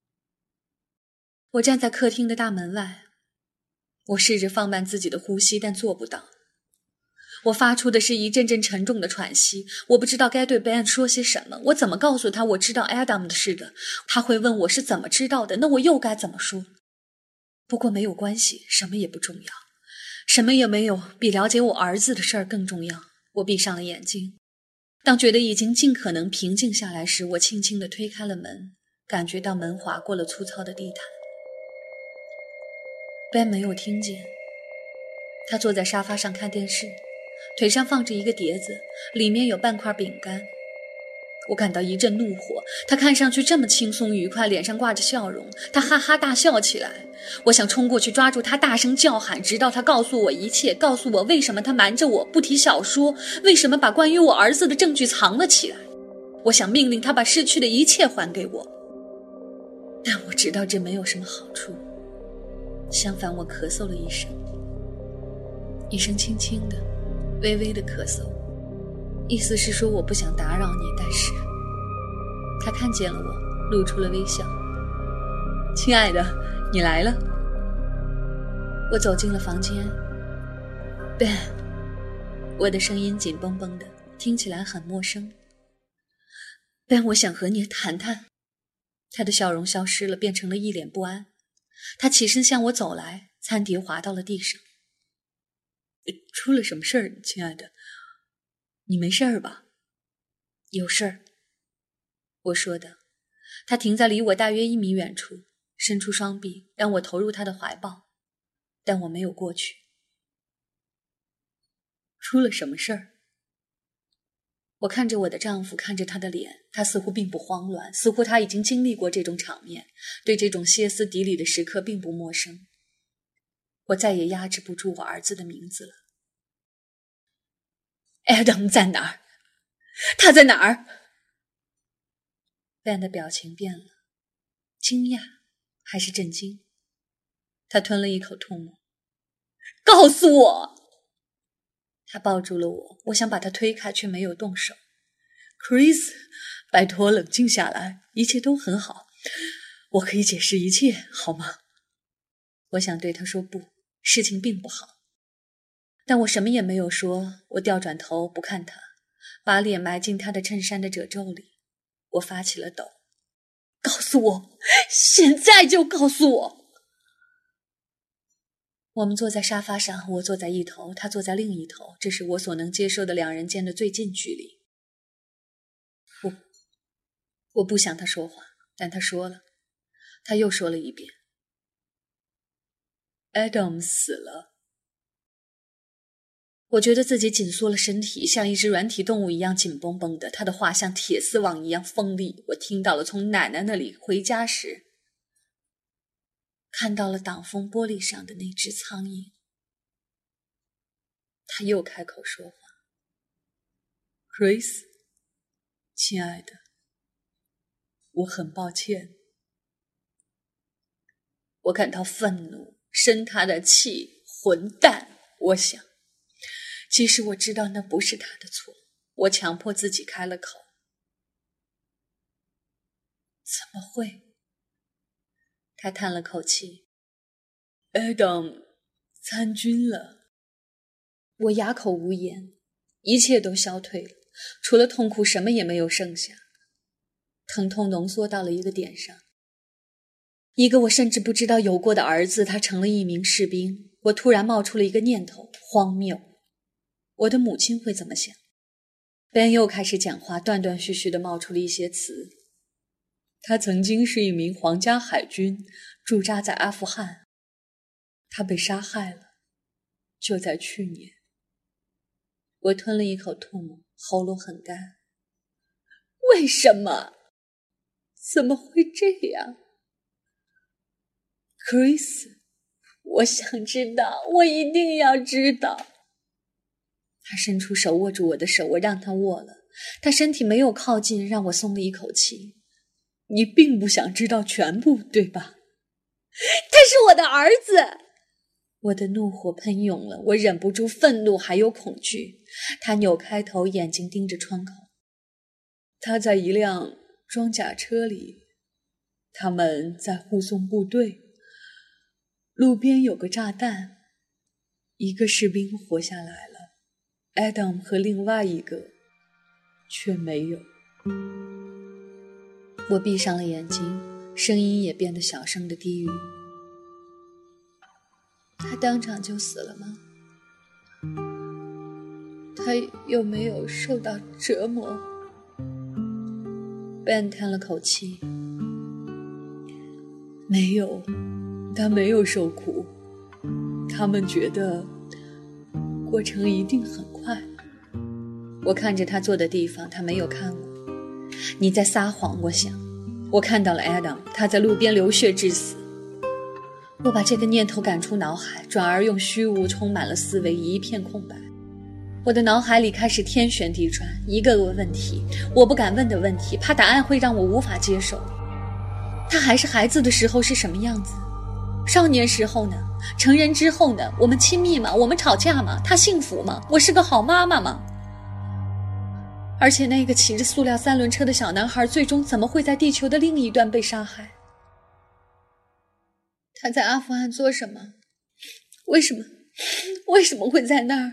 我站在客厅的大门外，我试着放慢自己的呼吸，但做不到。我发出的是一阵阵沉重的喘息，我不知道该对 Ben 说些什么，我怎么告诉他我知道 Adam 的事的？他会问我是怎么知道的，那我又该怎么说？不过没有关系，什么也不重要，什么也没有比了解我儿子的事儿更重要。我闭上了眼睛，当觉得已经尽可能平静下来时，我轻轻地推开了门，感觉到门划过了粗糙的地毯。Ben 没有听见，他坐在沙发上看电视，腿上放着一个碟子，里面有半块饼干。我感到一阵怒火，他看上去这么轻松愉快，脸上挂着笑容，他哈哈大笑起来。我想冲过去抓住他，大声叫喊，直到他告诉我一切，告诉我为什么他瞒着我不提小说，为什么把关于我儿子的证据藏了起来。我想命令他把失去的一切还给我，但我知道这没有什么好处。相反，我咳嗽了一声，一声轻轻的微微的咳嗽，意思是说我不想打扰你，但是他看见了我，露出了微笑。亲爱的，你来了。我走进了房间。 Ben， 我的声音紧绷绷的，听起来很陌生。Ben， 我想和你谈谈。他的笑容消失了，变成了一脸不安。他起身向我走来，餐碟滑到了地上。出了什么事儿，亲爱的？你没事儿吧？有事儿，我说的。他停在离我大约1米远处，伸出双臂让我投入他的怀抱，但我没有过去。出了什么事儿？我看着我的丈夫，看着他的脸，他似乎并不慌乱，似乎他已经经历过这种场面，对这种歇斯底里的时刻并不陌生。我再也压制不住我儿子的名字了。Adam 在哪儿？他在哪儿？ Ben 的表情变了，惊讶还是震惊？他吞了一口唾沫。告诉我！他抱住了我，我想把他推开，却没有动手。Chris， 拜托冷静下来，一切都很好，我可以解释一切，好吗？我想对他说不，事情并不好。但我什么也没有说，我调转头不看他，把脸埋进他的衬衫的褶皱里。我发起了抖。告诉我，现在就告诉我！我们坐在沙发上，我坐在一头，他坐在另一头，这是我所能接受的两人间的最近距离。我不想他说话，但他说了，他又说了一遍。Adam 死了。我觉得自己紧缩了身体，像一只软体动物一样紧绷绷的，他的话像铁丝网一样锋利。我听到了从奶奶那里回家时看到了挡风玻璃上的那只苍蝇。他又开口说话。Chris， 亲爱的，我很抱歉。我感到愤怒，生他的气，混蛋！我想， 即使我知道那不是他的错，我强迫自己开了口。怎么会？他叹了口气。 Adam 参军了。 我哑口无言，一切都消退了，除了痛苦什么也没有剩下。疼痛浓缩到了一个点上。一个我甚至不知道有过的儿子，他成了一名士兵。我突然冒出了一个念头，荒谬。我的母亲会怎么想？Ben又开始讲话，断断续续地冒出了一些词。 他曾经是一名皇家海军，驻扎在阿富汗。他被杀害了，就在去年。 我吞了一口唾沫，喉咙很干。 为什么？怎么会这样 ？Chris， 我想知道，我一定要知道。 他伸出手握住我的手，我让他握了。他身体没有靠近，让我松了一口气。 你并不想知道全部，对吧？ 他是我的儿子！我的怒火喷涌了，我忍不住愤怒还有恐惧。他扭开头，眼睛盯着窗口。 他在一辆装甲车里，他们在护送部队。路边有个炸弹，一个士兵活下来了， Adam 和另外一个却没有。 我闭上了眼睛，声音也变得小声的低语。他当场就死了吗？ 他有没有受到折磨？ Ben 叹了口气。 没有，他没有受苦。他们觉得过程一定很快。 我看着他坐的地方，他没有看我。你在撒谎，我想。我看到了 Adam， 他在路边流血致死。我把这个念头赶出脑海，转而用虚无充满了思维，一片空白。我的脑海里开始天旋地转，一个个问题，我不敢问的问题，怕答案会让我无法接受。他还是孩子的时候是什么样子？少年时候呢？成人之后呢？我们亲密吗？我们吵架吗？他幸福吗？我是个好妈妈吗？而且那个骑着塑料3轮车的小男孩最终怎么会在地球的另一端被杀害？他在阿富汗做什么？为什么会在那儿？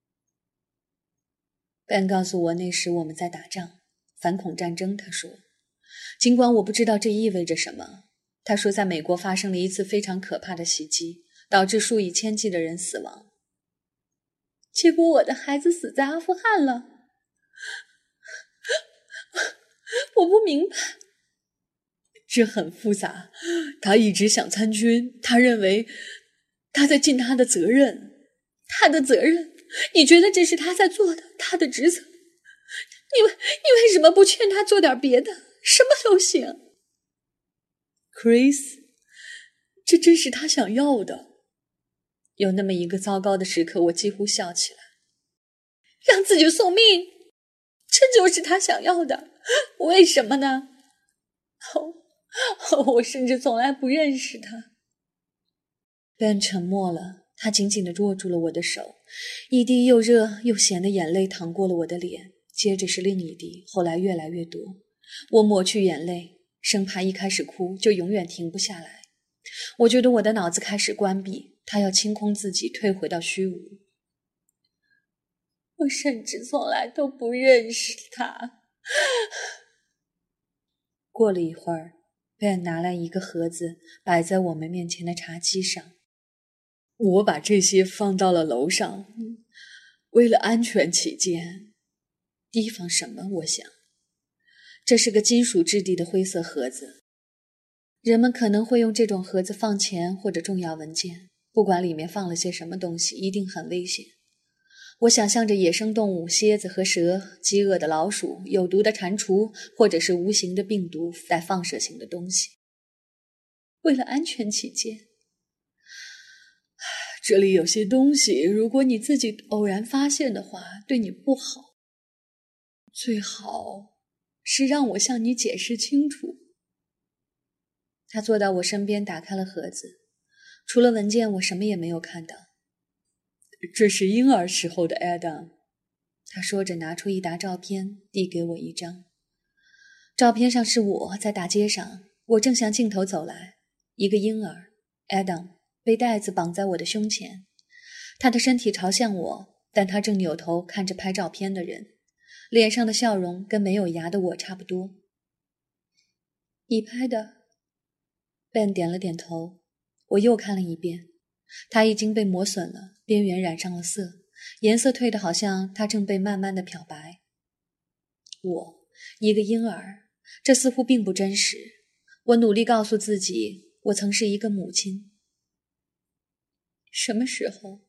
Ben 告诉我，那时我们在打仗，反恐战争。他说，尽管我不知道这意味着什么，他说在美国发生了一次非常可怕的袭击，导致数以千计的人死亡。结果我的孩子死在阿富汗了。我不明白。 这很复杂。他一直想参军，他认为他在尽他的责任。 他的责任？你觉得这是他在做的，他的职责？你为什么不劝他做点别的？什么都行。 Chris， 这真是他想要的。 有那么一个糟糕的时刻，我几乎笑起来。让自己送命，这就是他想要的。为什么呢？我甚至从来不认识他。Ben 沉默了，他紧紧地握住了我的手，一滴又热又咸的眼泪淌过了我的脸，接着是另一滴，后来越来越多。我抹去眼泪，生怕一开始哭就永远停不下来。我觉得我的脑子开始关闭，他要清空自己，退回到虚无。我甚至从来都不认识他。过了一会儿， Ben 拿来一个盒子，摆在我们面前的茶几上。 我把这些放到了楼上，为了安全起见。 提防什么？我想。这是个金属质地的灰色盒子，人们可能会用这种盒子放钱或者重要文件，不管里面放了些什么东西，一定很危险。我想象着野生动物，蝎子和蛇，饥饿的老鼠，有毒的蟾蜍，或者是无形的病毒，带放射性的东西。为了安全起见， 这里有些东西，如果你自己偶然发现的话，对你不好。最好是让我向你解释清楚。 他坐到我身边，打开了盒子，除了文件，我什么也没有看到。 这是婴儿时候的 Adam。 他说着拿出一沓照片，递给我一张。照片上是我在大街上，我正向镜头走来，一个婴儿 Adam 被带子绑在我的胸前，他的身体朝向我，但他正扭头看着拍照片的人，脸上的笑容跟没有牙的我差不多。你拍的？ Ben 点了点头。我又看了一遍，它已经被磨损了，边缘染上了色，颜色褪得好像它正被慢慢的漂白。我，一个婴儿，这似乎并不真实。我努力告诉自己，我曾是一个母亲。什么时候？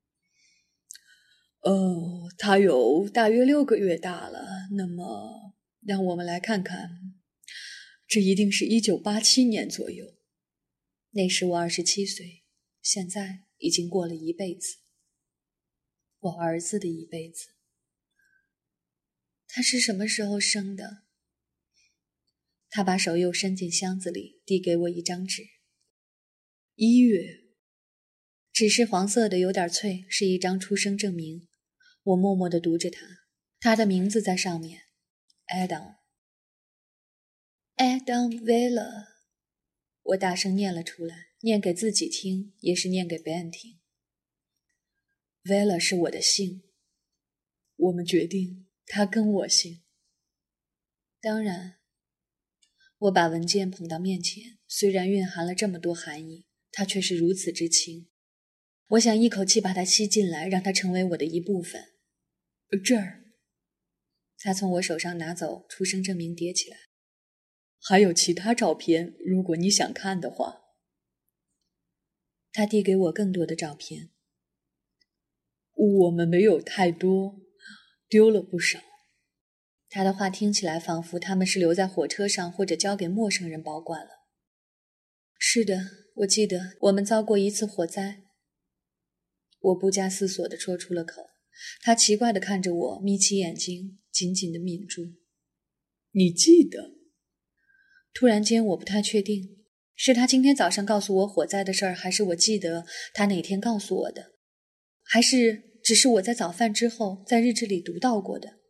他有大约6个月大了。那么，让我们来看看，这一定是1987年左右。 那时我27岁，现在已经过了一辈子。我儿子的一辈子。他是什么时候生的？他把手又伸进箱子里，递给我一张纸。 1月。 纸是黄色的，有点脆，是一张出生证明。我默默地读着它，他的名字在上面 Adam Vela。 我大声念了出来，念给自己听，也是念给 Ben 听。Vela 是我的姓， 我们决定他跟我姓。 当然。我把文件捧到面前，虽然蕴含了这么多含义，它却是如此之轻。我想一口气把它吸进来，让它成为我的一部分。 这儿。 他从我手上拿走出生证明，叠起来。 还有其他照片，如果你想看的话。 他递给我更多的照片。 我们没有太多，丢了不少。 他的话听起来仿佛他们是留在火车上，或者交给陌生人保管了。是的，我记得我们遭过一次火灾。我不加思索地说出了口。他奇怪地看着我，眯起眼睛，紧紧地抿住。 你记得？ 突然间我不太确定，是他今天早上告诉我火灾的事儿，还是我记得他哪天告诉我的，还是只是我在早饭之后在日志里读到过的。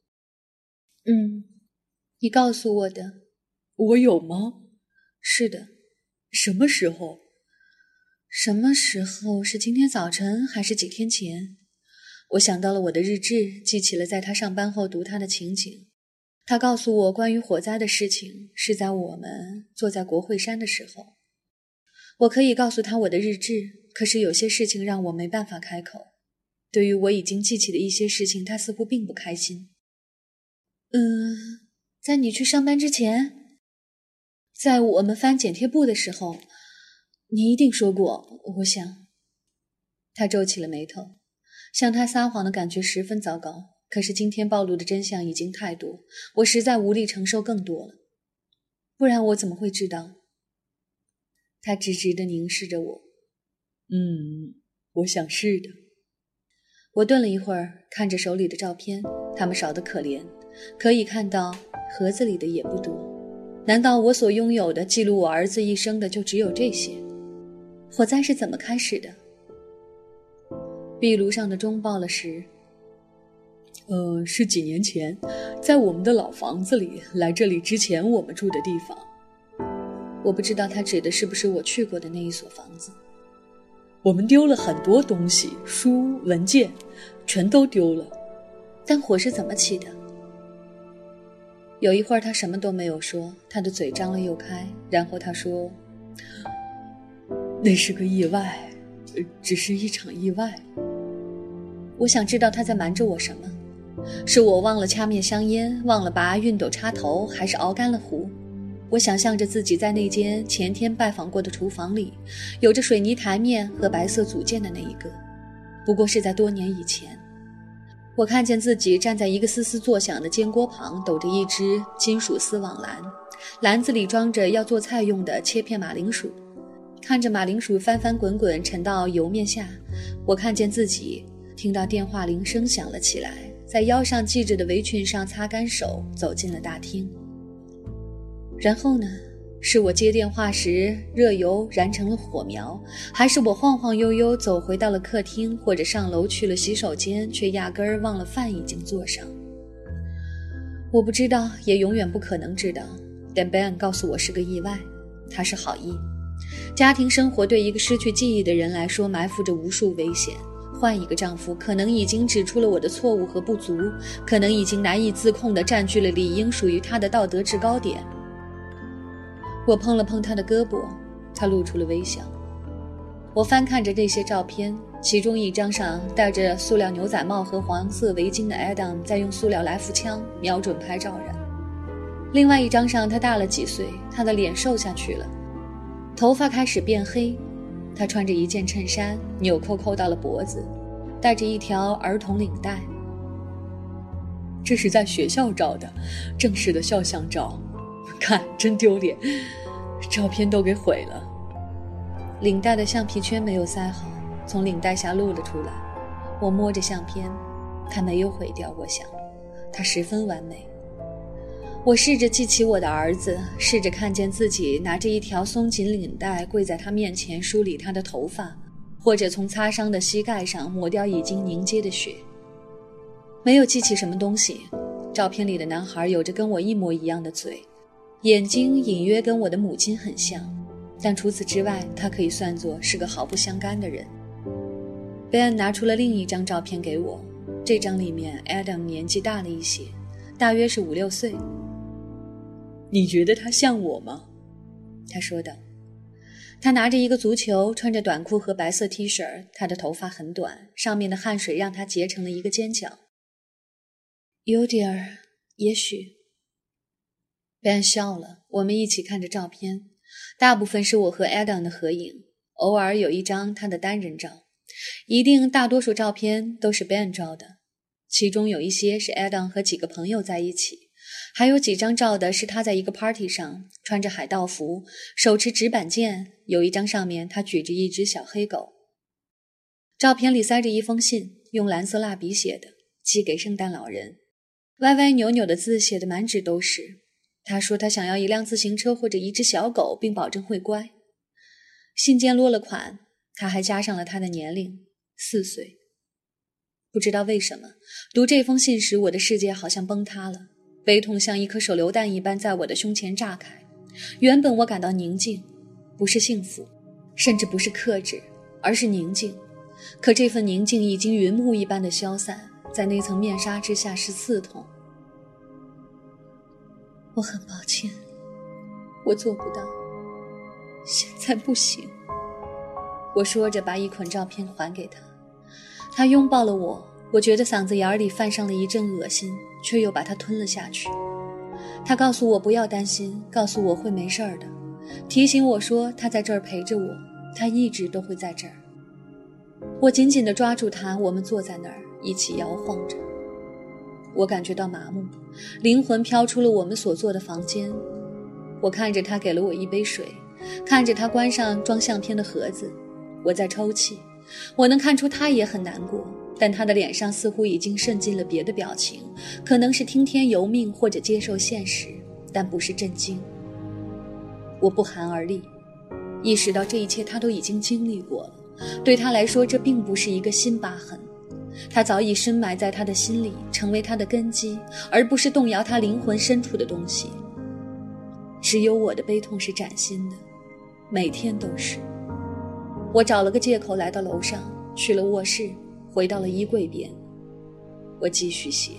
你告诉我的。 我有吗？ 是的。 什么时候？ 什么时候？是今天早晨还是几天前？我想到了我的日志，记起了在他上班后读他的情景。他告诉我关于火灾的事情，是在我们坐在国会山的时候。我可以告诉他我的日志，可是有些事情让我没办法开口。对于我已经记起的一些事情，他似乎并不开心。在你去上班之前，在我们翻剪贴簿的时候，你一定说过，我想。他皱起了眉头，向他撒谎的感觉十分糟糕。可是今天暴露的真相已经太多，我实在无力承受更多了。不然我怎么会知道？他直直地凝视着我。 我想是的。 我顿了一会儿，看着手里的照片，它们少得可怜，可以看到盒子里的也不多。难道我所拥有的记录我儿子一生的就只有这些？火灾是怎么开始的？壁炉上的钟报了时。 是几年前，在我们的老房子里，来这里之前我们住的地方。 我不知道他指的是不是我去过的那一所房子。 我们丢了很多东西，书、文件，全都丢了。 但火是怎么起的？有一会儿他什么都没有说，他的嘴张了又开，然后他说： 那是个意外，只是一场意外。 我想知道他在瞒着我什么。是我忘了掐灭香烟，忘了拔熨斗插头，还是熬干了壶？我想象着自己在那间前天拜访过的厨房里，有着水泥台面和白色组件的那一个，不过是在多年以前。我看见自己站在一个嘶嘶作响的煎锅旁，抖着一只金属丝网篮，篮子里装着要做菜用的切片马铃薯。看着马铃薯翻翻滚滚沉到油面下，我看见自己听到电话铃声响了起来，在腰上系着的围裙上擦干手，走进了大厅。然后呢， 是我接电话时热油燃成了火苗，还是我晃晃悠悠走回到了客厅，或者上楼去了洗手间，却压根儿忘了饭已经做上。我不知道，也永远不可能知道，但 Ben 告诉我是个意外，他是好意。家庭生活对一个失去记忆的人来说埋伏着无数危险，换一个丈夫可能已经指出了我的错误和不足，可能已经难以自控地占据了理应属于他的道德制高点。我碰了碰他的胳膊，他露出了微笑。我翻看着这些照片，其中一张上戴着塑料牛仔帽和黄色围巾的 Adam 在用塑料来福枪瞄准拍照人，另外一张上他大了几岁，他的脸瘦下去了，头发开始变黑，他穿着一件衬衫，纽扣扣到了脖子，带着一条儿童领带。这是在学校照的，正式的肖像照，看真丢脸，照片都给毁了。领带的橡皮圈没有塞好，从领带下露了出来。我摸着相片，它没有毁掉，我想它十分完美。我试着记起我的儿子，试着看见自己拿着一条松紧领带跪在他面前梳理他的头发，或者从擦伤的膝盖上抹掉已经凝结的血。没有记起什么东西。照片里的男孩有着跟我一模一样的嘴，眼睛隐约跟我的母亲很像，但除此之外，他可以算作是个毫不相干的人。Ben 拿出了另一张照片给我，这张里面 Adam 年纪大了一些，大约是5、6岁。 你觉得他像我吗？ 他说道。他拿着一个足球，穿着短裤和白色 T 恤，他的头发很短，上面的汗水让他结成了一个尖角。有点儿，也许。Ben 笑了，我们一起看着照片，大部分是我和 Adam 的合影，偶尔有一张他的单人照，一定大多数照片都是 Ben 照的，其中有一些是 Adam 和几个朋友在一起，还有几张照的是他在一个 party 上，穿着海盗服，手持直板剑，有一张上面他举着一只小黑狗。照片里塞着一封信，用蓝色蜡笔写的，寄给圣诞老人，歪歪扭扭的字写得满纸都是。他说他想要一辆自行车或者一只小狗，并保证会乖。信件落了款，他还加上了他的年龄，4岁。不知道为什么，读这封信时我的世界好像崩塌了，悲痛像一颗手榴弹一般在我的胸前炸开。原本我感到宁静，不是幸福，甚至不是克制，而是宁静。可这份宁静已经云雾一般的消散，在那层面纱之下是刺痛。我很抱歉，我做不到，现在不行。我说着把一捆照片还给他，他拥抱了我，我觉得嗓子眼里泛上了一阵恶心，却又把它吞了下去。他告诉我不要担心，告诉我会没事的，提醒我说他在这儿陪着我，他一直都会在这儿。我紧紧地抓住他，我们坐在那儿一起摇晃着。我感觉到麻木，灵魂飘出了我们所坐的房间。我看着他给了我一杯水，看着他关上装相片的盒子，我在抽泣。我能看出他也很难过，但他的脸上似乎已经渗进了别的表情，可能是听天由命或者接受现实，但不是震惊。我不寒而栗，意识到这一切他都已经经历过了，对他来说这并不是一个新疤痕，他早已深埋在他的心里，成为他的根基，而不是动摇他灵魂深处的东西。只有我的悲痛是崭新的，每天都是。我找了个借口来到楼上，去了卧室，回到了衣柜边。我继续写。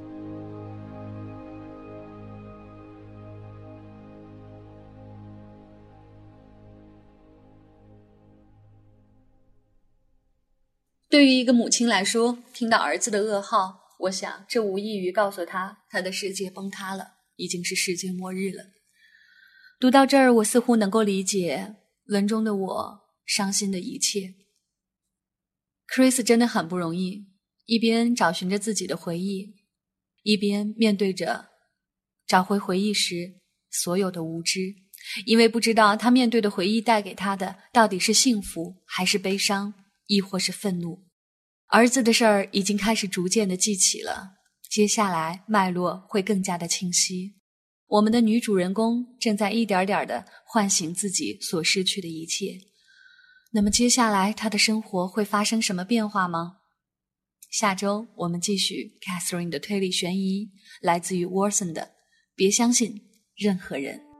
对于一个母亲来说，听到儿子的噩耗，我想这无异于告诉他，他的世界崩塌了，已经是世界末日了。读到这儿，我似乎能够理解文中的我伤心的一切。Chris 真的很不容易，一边找寻着自己的回忆，一边面对着找回回忆时所有的无知，因为不知道他面对的回忆带给他的到底是幸福还是悲伤，亦或是愤怒。儿子的事儿已经开始逐渐地记起了，接下来脉络会更加的清晰。 我们的女主人公正在一点点地唤醒自己所失去的一切。那么接下来她的生活会发生什么变化吗？下周我们继续 Catherine 的推理悬疑，来自于 Watson 的别相信任何人。